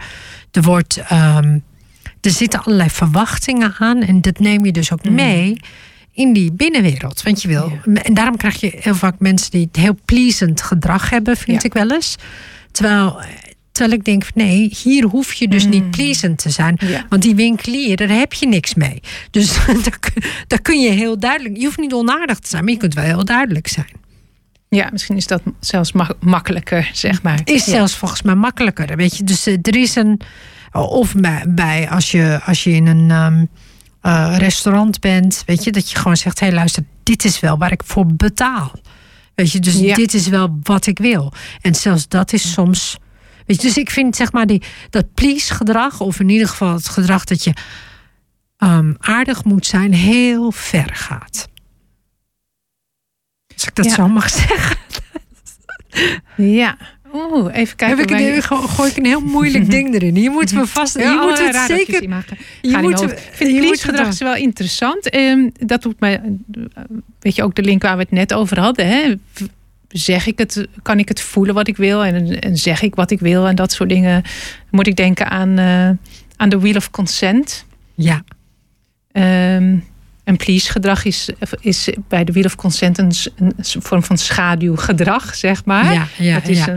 Er zitten allerlei verwachtingen aan en dat neem je dus ook mee in die binnenwereld. Want je wil. Ja. En daarom krijg je heel vaak mensen die heel pleasend gedrag hebben, vind ik wel eens. Terwijl ik denk, nee, hier hoef je dus niet pleasend te zijn. Ja. Want die winkelier, daar heb je niks mee. Dus daar kun je heel duidelijk. Je hoeft niet onaardig te zijn, maar je kunt wel heel duidelijk zijn. Ja, misschien is dat zelfs makkelijker, zeg maar. Is zelfs volgens mij makkelijker. Weet je, dus er is een. Of bij als je in een restaurant bent, weet je, dat je gewoon zegt, hé, luister, dit is wel waar ik voor betaal. Weet je, dus dit is wel wat ik wil. En zelfs dat is soms. Weet je, dus ik vind, zeg maar, dat please gedrag, of in ieder geval het gedrag dat je aardig moet zijn, heel ver gaat. Als ik dat zo mag zeggen. Ja. Even kijken. Gooi ik een heel moeilijk ding erin. Je moet me vast. Je moet het zeker. Ik vind please-gedrag is wel interessant. Dat doet mij. Weet je ook de link waar we het net over hadden? Hè? Zeg ik het? Kan ik het voelen wat ik wil? En zeg ik wat ik wil? En dat soort dingen. Moet ik denken aan de Wheel of Consent. Ja. En please-gedrag is bij de Wheel of Consent een vorm van schaduwgedrag, zeg maar. Ja, dat is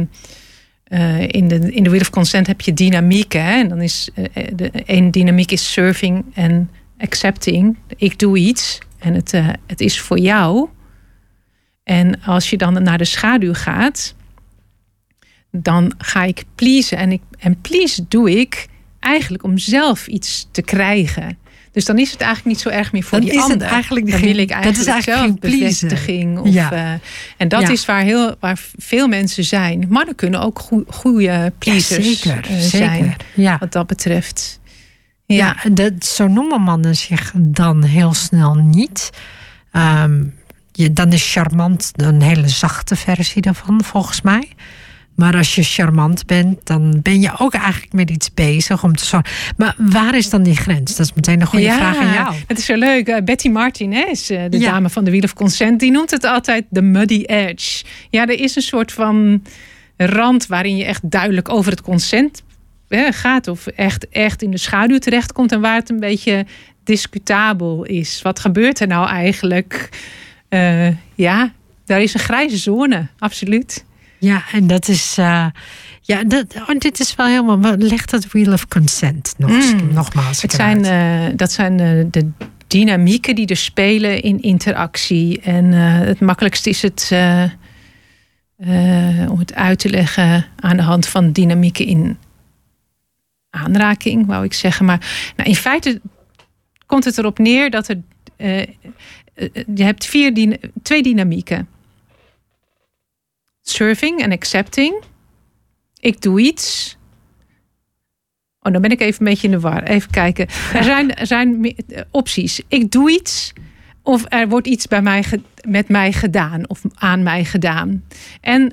in de Wheel of Consent heb je dynamieken. Hè? En dan is de ene dynamiek is serving en accepting. Ik doe iets en het is voor jou. En als je dan naar de schaduw gaat, dan ga ik pleasen. En please doe ik eigenlijk om zelf iets te krijgen. Dus dan is het eigenlijk niet zo erg meer voor die ander. Dan wil ik eigenlijk zelf bevestiging. En dat is waar veel mensen zijn. Mannen kunnen ook goede pleasers zijn. Ja. Wat dat betreft. Zo noemen mannen zich dan heel snel niet. Dan is charmant een hele zachte versie daarvan, volgens mij. Maar als je charmant bent, dan ben je ook eigenlijk met iets bezig om te zorgen. Maar waar is dan die grens? Dat is meteen een goede vraag aan jou. Het is zo leuk. Betty Martin is de dame van de Wheel of Consent. Die noemt het altijd de muddy edge. Ja, er is een soort van rand waarin je echt duidelijk over het consent gaat. Of echt in de schaduw terechtkomt. En waar het een beetje discutabel is. Wat gebeurt er nou eigenlijk? Daar is een grijze zone. Absoluut. Ja, en dat is... dit is wel helemaal... Leg dat Wheel of Consent nogmaals. Dat zijn de dynamieken die er spelen in interactie. En het makkelijkste is het... om het uit te leggen aan de hand van dynamieken in aanraking, wou ik zeggen. Maar in feite komt het erop neer dat er... je hebt twee dynamieken. Serving en accepting. Ik doe iets. Oh, dan ben ik even een beetje in de war. Even kijken. Er zijn opties. Ik doe iets. Of er wordt iets met mij gedaan. Of aan mij gedaan. En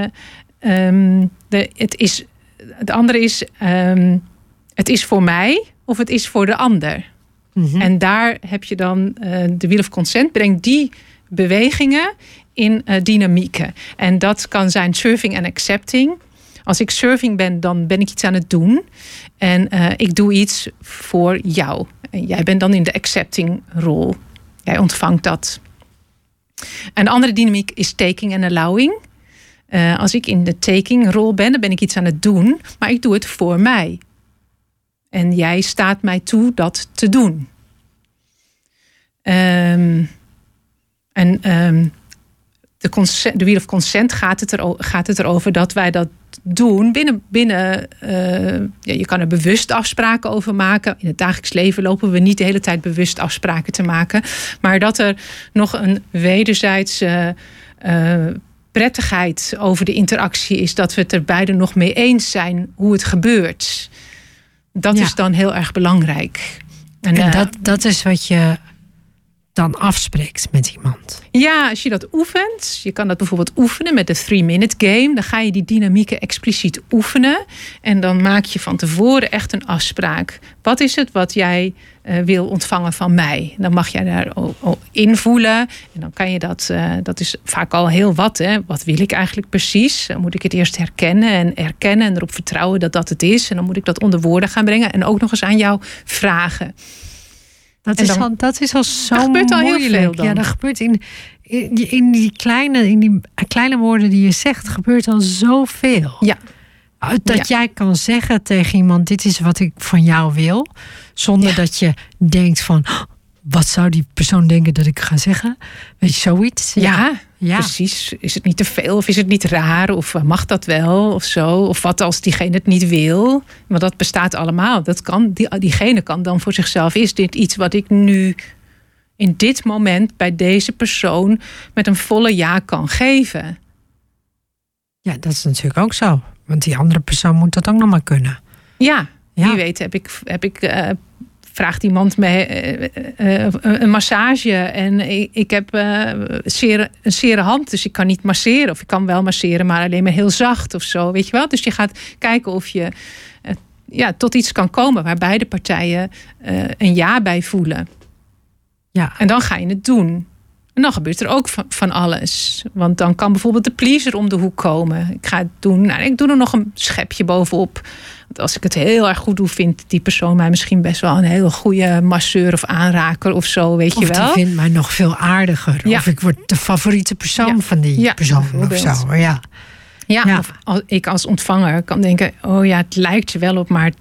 het andere is... het is voor mij. Of het is voor de ander. Mm-hmm. En daar heb je dan... de Wheel of Consent brengt die bewegingen in dynamieken. En dat kan zijn serving en accepting. Als ik serving ben, dan ben ik iets aan het doen. En ik doe iets voor jou. En jij bent dan in de accepting rol. Jij ontvangt dat. Een andere dynamiek is taking en allowing. Als ik in de taking rol ben, dan ben ik iets aan het doen. Maar ik doe het voor mij. En jij staat mij toe dat te doen. De Wheel of Consent gaat het erover dat wij dat doen binnen je kan er bewust afspraken over maken. In het dagelijks leven lopen we niet de hele tijd bewust afspraken te maken. Maar dat er nog een wederzijdse prettigheid over de interactie is. Dat we het er beide nog mee eens zijn hoe het gebeurt. Dat is dan heel erg belangrijk. En dat is wat je dan afspreekt met iemand. Ja, als je dat oefent. Je kan dat bijvoorbeeld oefenen met de 3-minute game. Dan ga je die dynamieken expliciet oefenen. En dan maak je van tevoren echt een afspraak. Wat is het wat jij wil ontvangen van mij? Dan mag jij daar invoelen. En dan kan je dat is vaak al heel wat. Hè? Wat wil ik eigenlijk precies? Dan moet ik het eerst herkennen en erkennen. En erop vertrouwen dat dat het is. En dan moet ik dat onder woorden gaan brengen. En ook nog eens aan jou vragen. Dat is al zo dat gebeurt al moeilijk. Heel veel dan. Ja, dat gebeurt in die kleine woorden die je zegt, gebeurt al zoveel. Ja. Dat jij kan zeggen tegen iemand, dit is wat ik van jou wil. Zonder dat je denkt van, wat zou die persoon denken dat ik ga zeggen? Weet je, zoiets? Ja, precies. Is het niet te veel of is het niet raar? Of mag dat wel of zo? Of wat als diegene het niet wil? Want dat bestaat allemaal. Dat kan, diegene kan dan voor zichzelf, is dit iets wat ik nu in dit moment bij deze persoon met een volle ja kan geven? Ja, dat is natuurlijk ook zo. Want die andere persoon moet dat ook nog maar kunnen. Ja. Wie weet vraagt iemand me een massage en ik heb een zere hand, dus ik kan niet masseren. Of ik kan wel masseren, maar alleen maar heel zacht of zo, weet je wel. Dus je gaat kijken of je tot iets kan komen waar beide partijen een ja bij voelen. Ja. En dan ga je het doen. En dan gebeurt er ook van alles. Want dan kan bijvoorbeeld de pleaser om de hoek komen. Ik ga het doen. Nou, ik doe er nog een schepje bovenop. Want als ik het heel erg goed doe, vindt die persoon mij misschien best wel een heel goede masseur of aanraker of zo, weet je wel. Of die vindt mij nog veel aardiger. Ja. Of ik word de favoriete persoon van die persoon of zo. Ja. Ja, of ik als ontvanger kan denken, oh ja, het lijkt er wel op, maar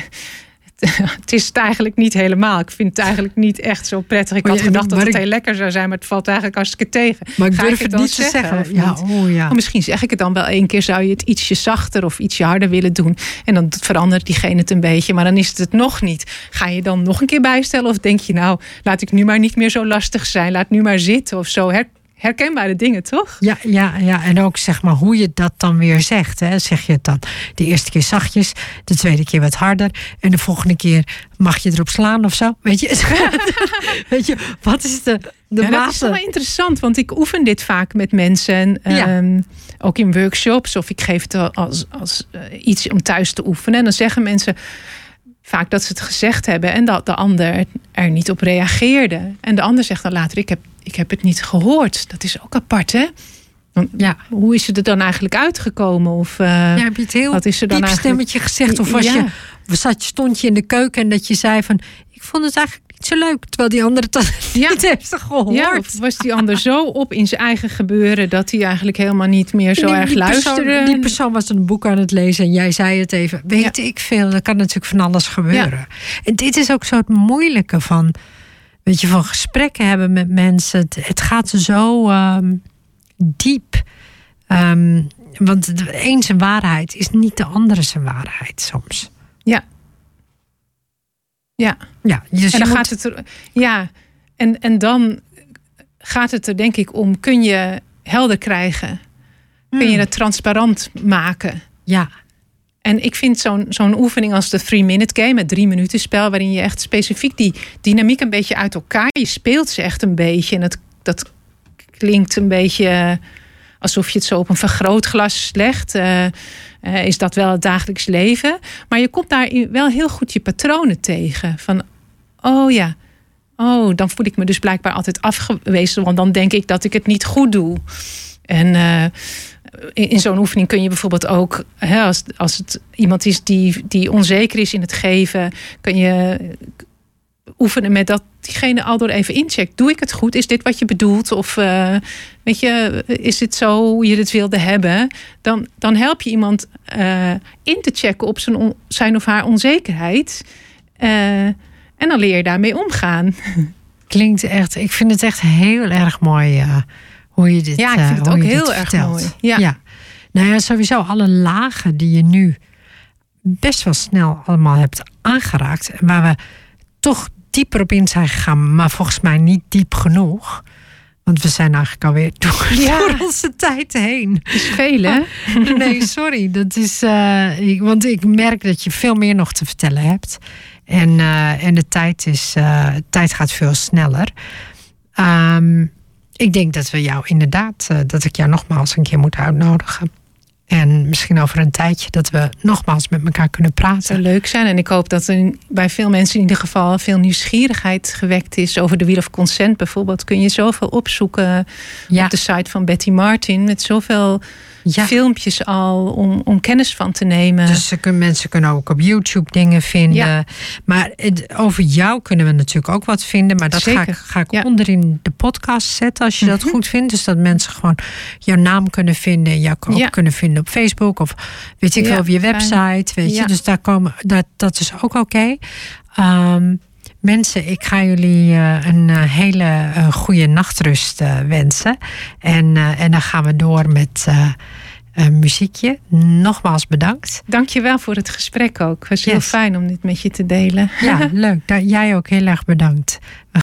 het is het eigenlijk niet helemaal. Ik vind het eigenlijk niet echt zo prettig. Ik had gedacht dat het heel lekker zou zijn, maar het valt eigenlijk hartstikke tegen. Maar ik durf het niet te zeggen. Ja. Of misschien zeg ik het dan wel 1 keer. Zou je het ietsje zachter of ietsje harder willen doen? En dan verandert diegene het een beetje. Maar dan is het nog niet. Ga je dan nog een keer bijstellen? Of denk je, nou, laat ik nu maar niet meer zo lastig zijn. Laat nu maar zitten of zo. herkenbare dingen, toch? Ja. En ook zeg maar hoe je dat dan weer zegt. Hè. Zeg je het dan de eerste keer zachtjes, de tweede keer wat harder. En de volgende keer mag je erop slaan of zo. Weet je, weet je wat is de mate? Dat is wel interessant, want ik oefen dit vaak met mensen. Ook in workshops. Of ik geef het als iets om thuis te oefenen. En dan zeggen mensen vaak dat ze het gezegd hebben en dat de ander er niet op reageerde. En de ander zegt dan later, ik heb het niet gehoord. Dat is ook apart, hè? Hoe is het er dan eigenlijk uitgekomen? Of heb je het heel wat is er dan diep eigenlijk stemmetje gezegd? Of stond je in de keuken en dat je zei van, ik vond het eigenlijk niet zo leuk. Terwijl die ander het dan niet heeft gehoord. Ja, of was die ander zo op in zijn eigen gebeuren dat hij eigenlijk helemaal niet meer zo erg luisterde? Die persoon was een boek aan het lezen en jij zei het even. Weet ik veel, er kan natuurlijk van alles gebeuren. Ja. En dit is ook zo het moeilijke van, weet je, van gesprekken hebben met mensen. Het gaat zo diep. Want de een zijn waarheid is niet de andere zijn waarheid soms. Ja, dus en dan gaat het er. Ja, en dan gaat het er denk ik om, kun je helder krijgen? Kun je het transparant maken? Ja. En ik vind zo'n oefening als de 3-minute game, het 3-minuten spel, waarin je echt specifiek die dynamiek een beetje uit elkaar, je speelt ze echt een beetje. En dat klinkt een beetje alsof je het zo op een vergrootglas legt. Is dat wel het dagelijks leven? Maar je komt daar wel heel goed je patronen tegen. Van, dan voel ik me dus blijkbaar altijd afgewezen. Want dan denk ik dat ik het niet goed doe. En in zo'n oefening kun je bijvoorbeeld ook, als het iemand is die onzeker is in het geven, kun je oefenen met dat diegene al door even incheckt. Doe ik het goed? Is dit wat je bedoelt? Of weet je, is dit zo hoe je het wilde hebben? Dan help je iemand in te checken op zijn of haar onzekerheid. En dan leer je daarmee omgaan. Klinkt echt, ik vind het echt heel erg mooi hoe je dit Ja, ik vind het ook heel erg mooi. Ja. Nou ja, sowieso alle lagen die je nu best wel snel allemaal hebt aangeraakt. En waar we toch dieper op in zijn gegaan, maar volgens mij niet diep genoeg. Want we zijn eigenlijk alweer door onze tijd heen. Dat is veel, hè? Nee, sorry. Dat is, want ik merk dat je veel meer nog te vertellen hebt. En de tijd gaat veel sneller. Ik denk dat we jou inderdaad, dat ik jou nogmaals een keer moet uitnodigen. En misschien over een tijdje dat we nogmaals met elkaar kunnen praten. Dat zou leuk zijn. En ik hoop dat er bij veel mensen in ieder geval veel nieuwsgierigheid gewekt is. Over de Wheel of Consent bijvoorbeeld. Kun je zoveel opzoeken op de site van Betty Martin. Met zoveel filmpjes al om kennis van te nemen. Dus mensen kunnen ook op YouTube dingen vinden. Ja. Maar over jou kunnen we natuurlijk ook wat vinden. Maar dat ga ik onderin de podcast zetten als je dat goed vindt. Dus dat mensen gewoon jouw naam kunnen vinden. En jou ook kunnen vinden op Facebook. Of weet ik wel, op je website. Weet je. Dus dat is ook oké. Mensen, ik ga jullie een hele goede nachtrust wensen. En dan gaan we door met muziekje. Nogmaals bedankt. Dank je wel voor het gesprek ook. Het was heel fijn om dit met je te delen. Ja, leuk. Jij ook heel erg bedankt.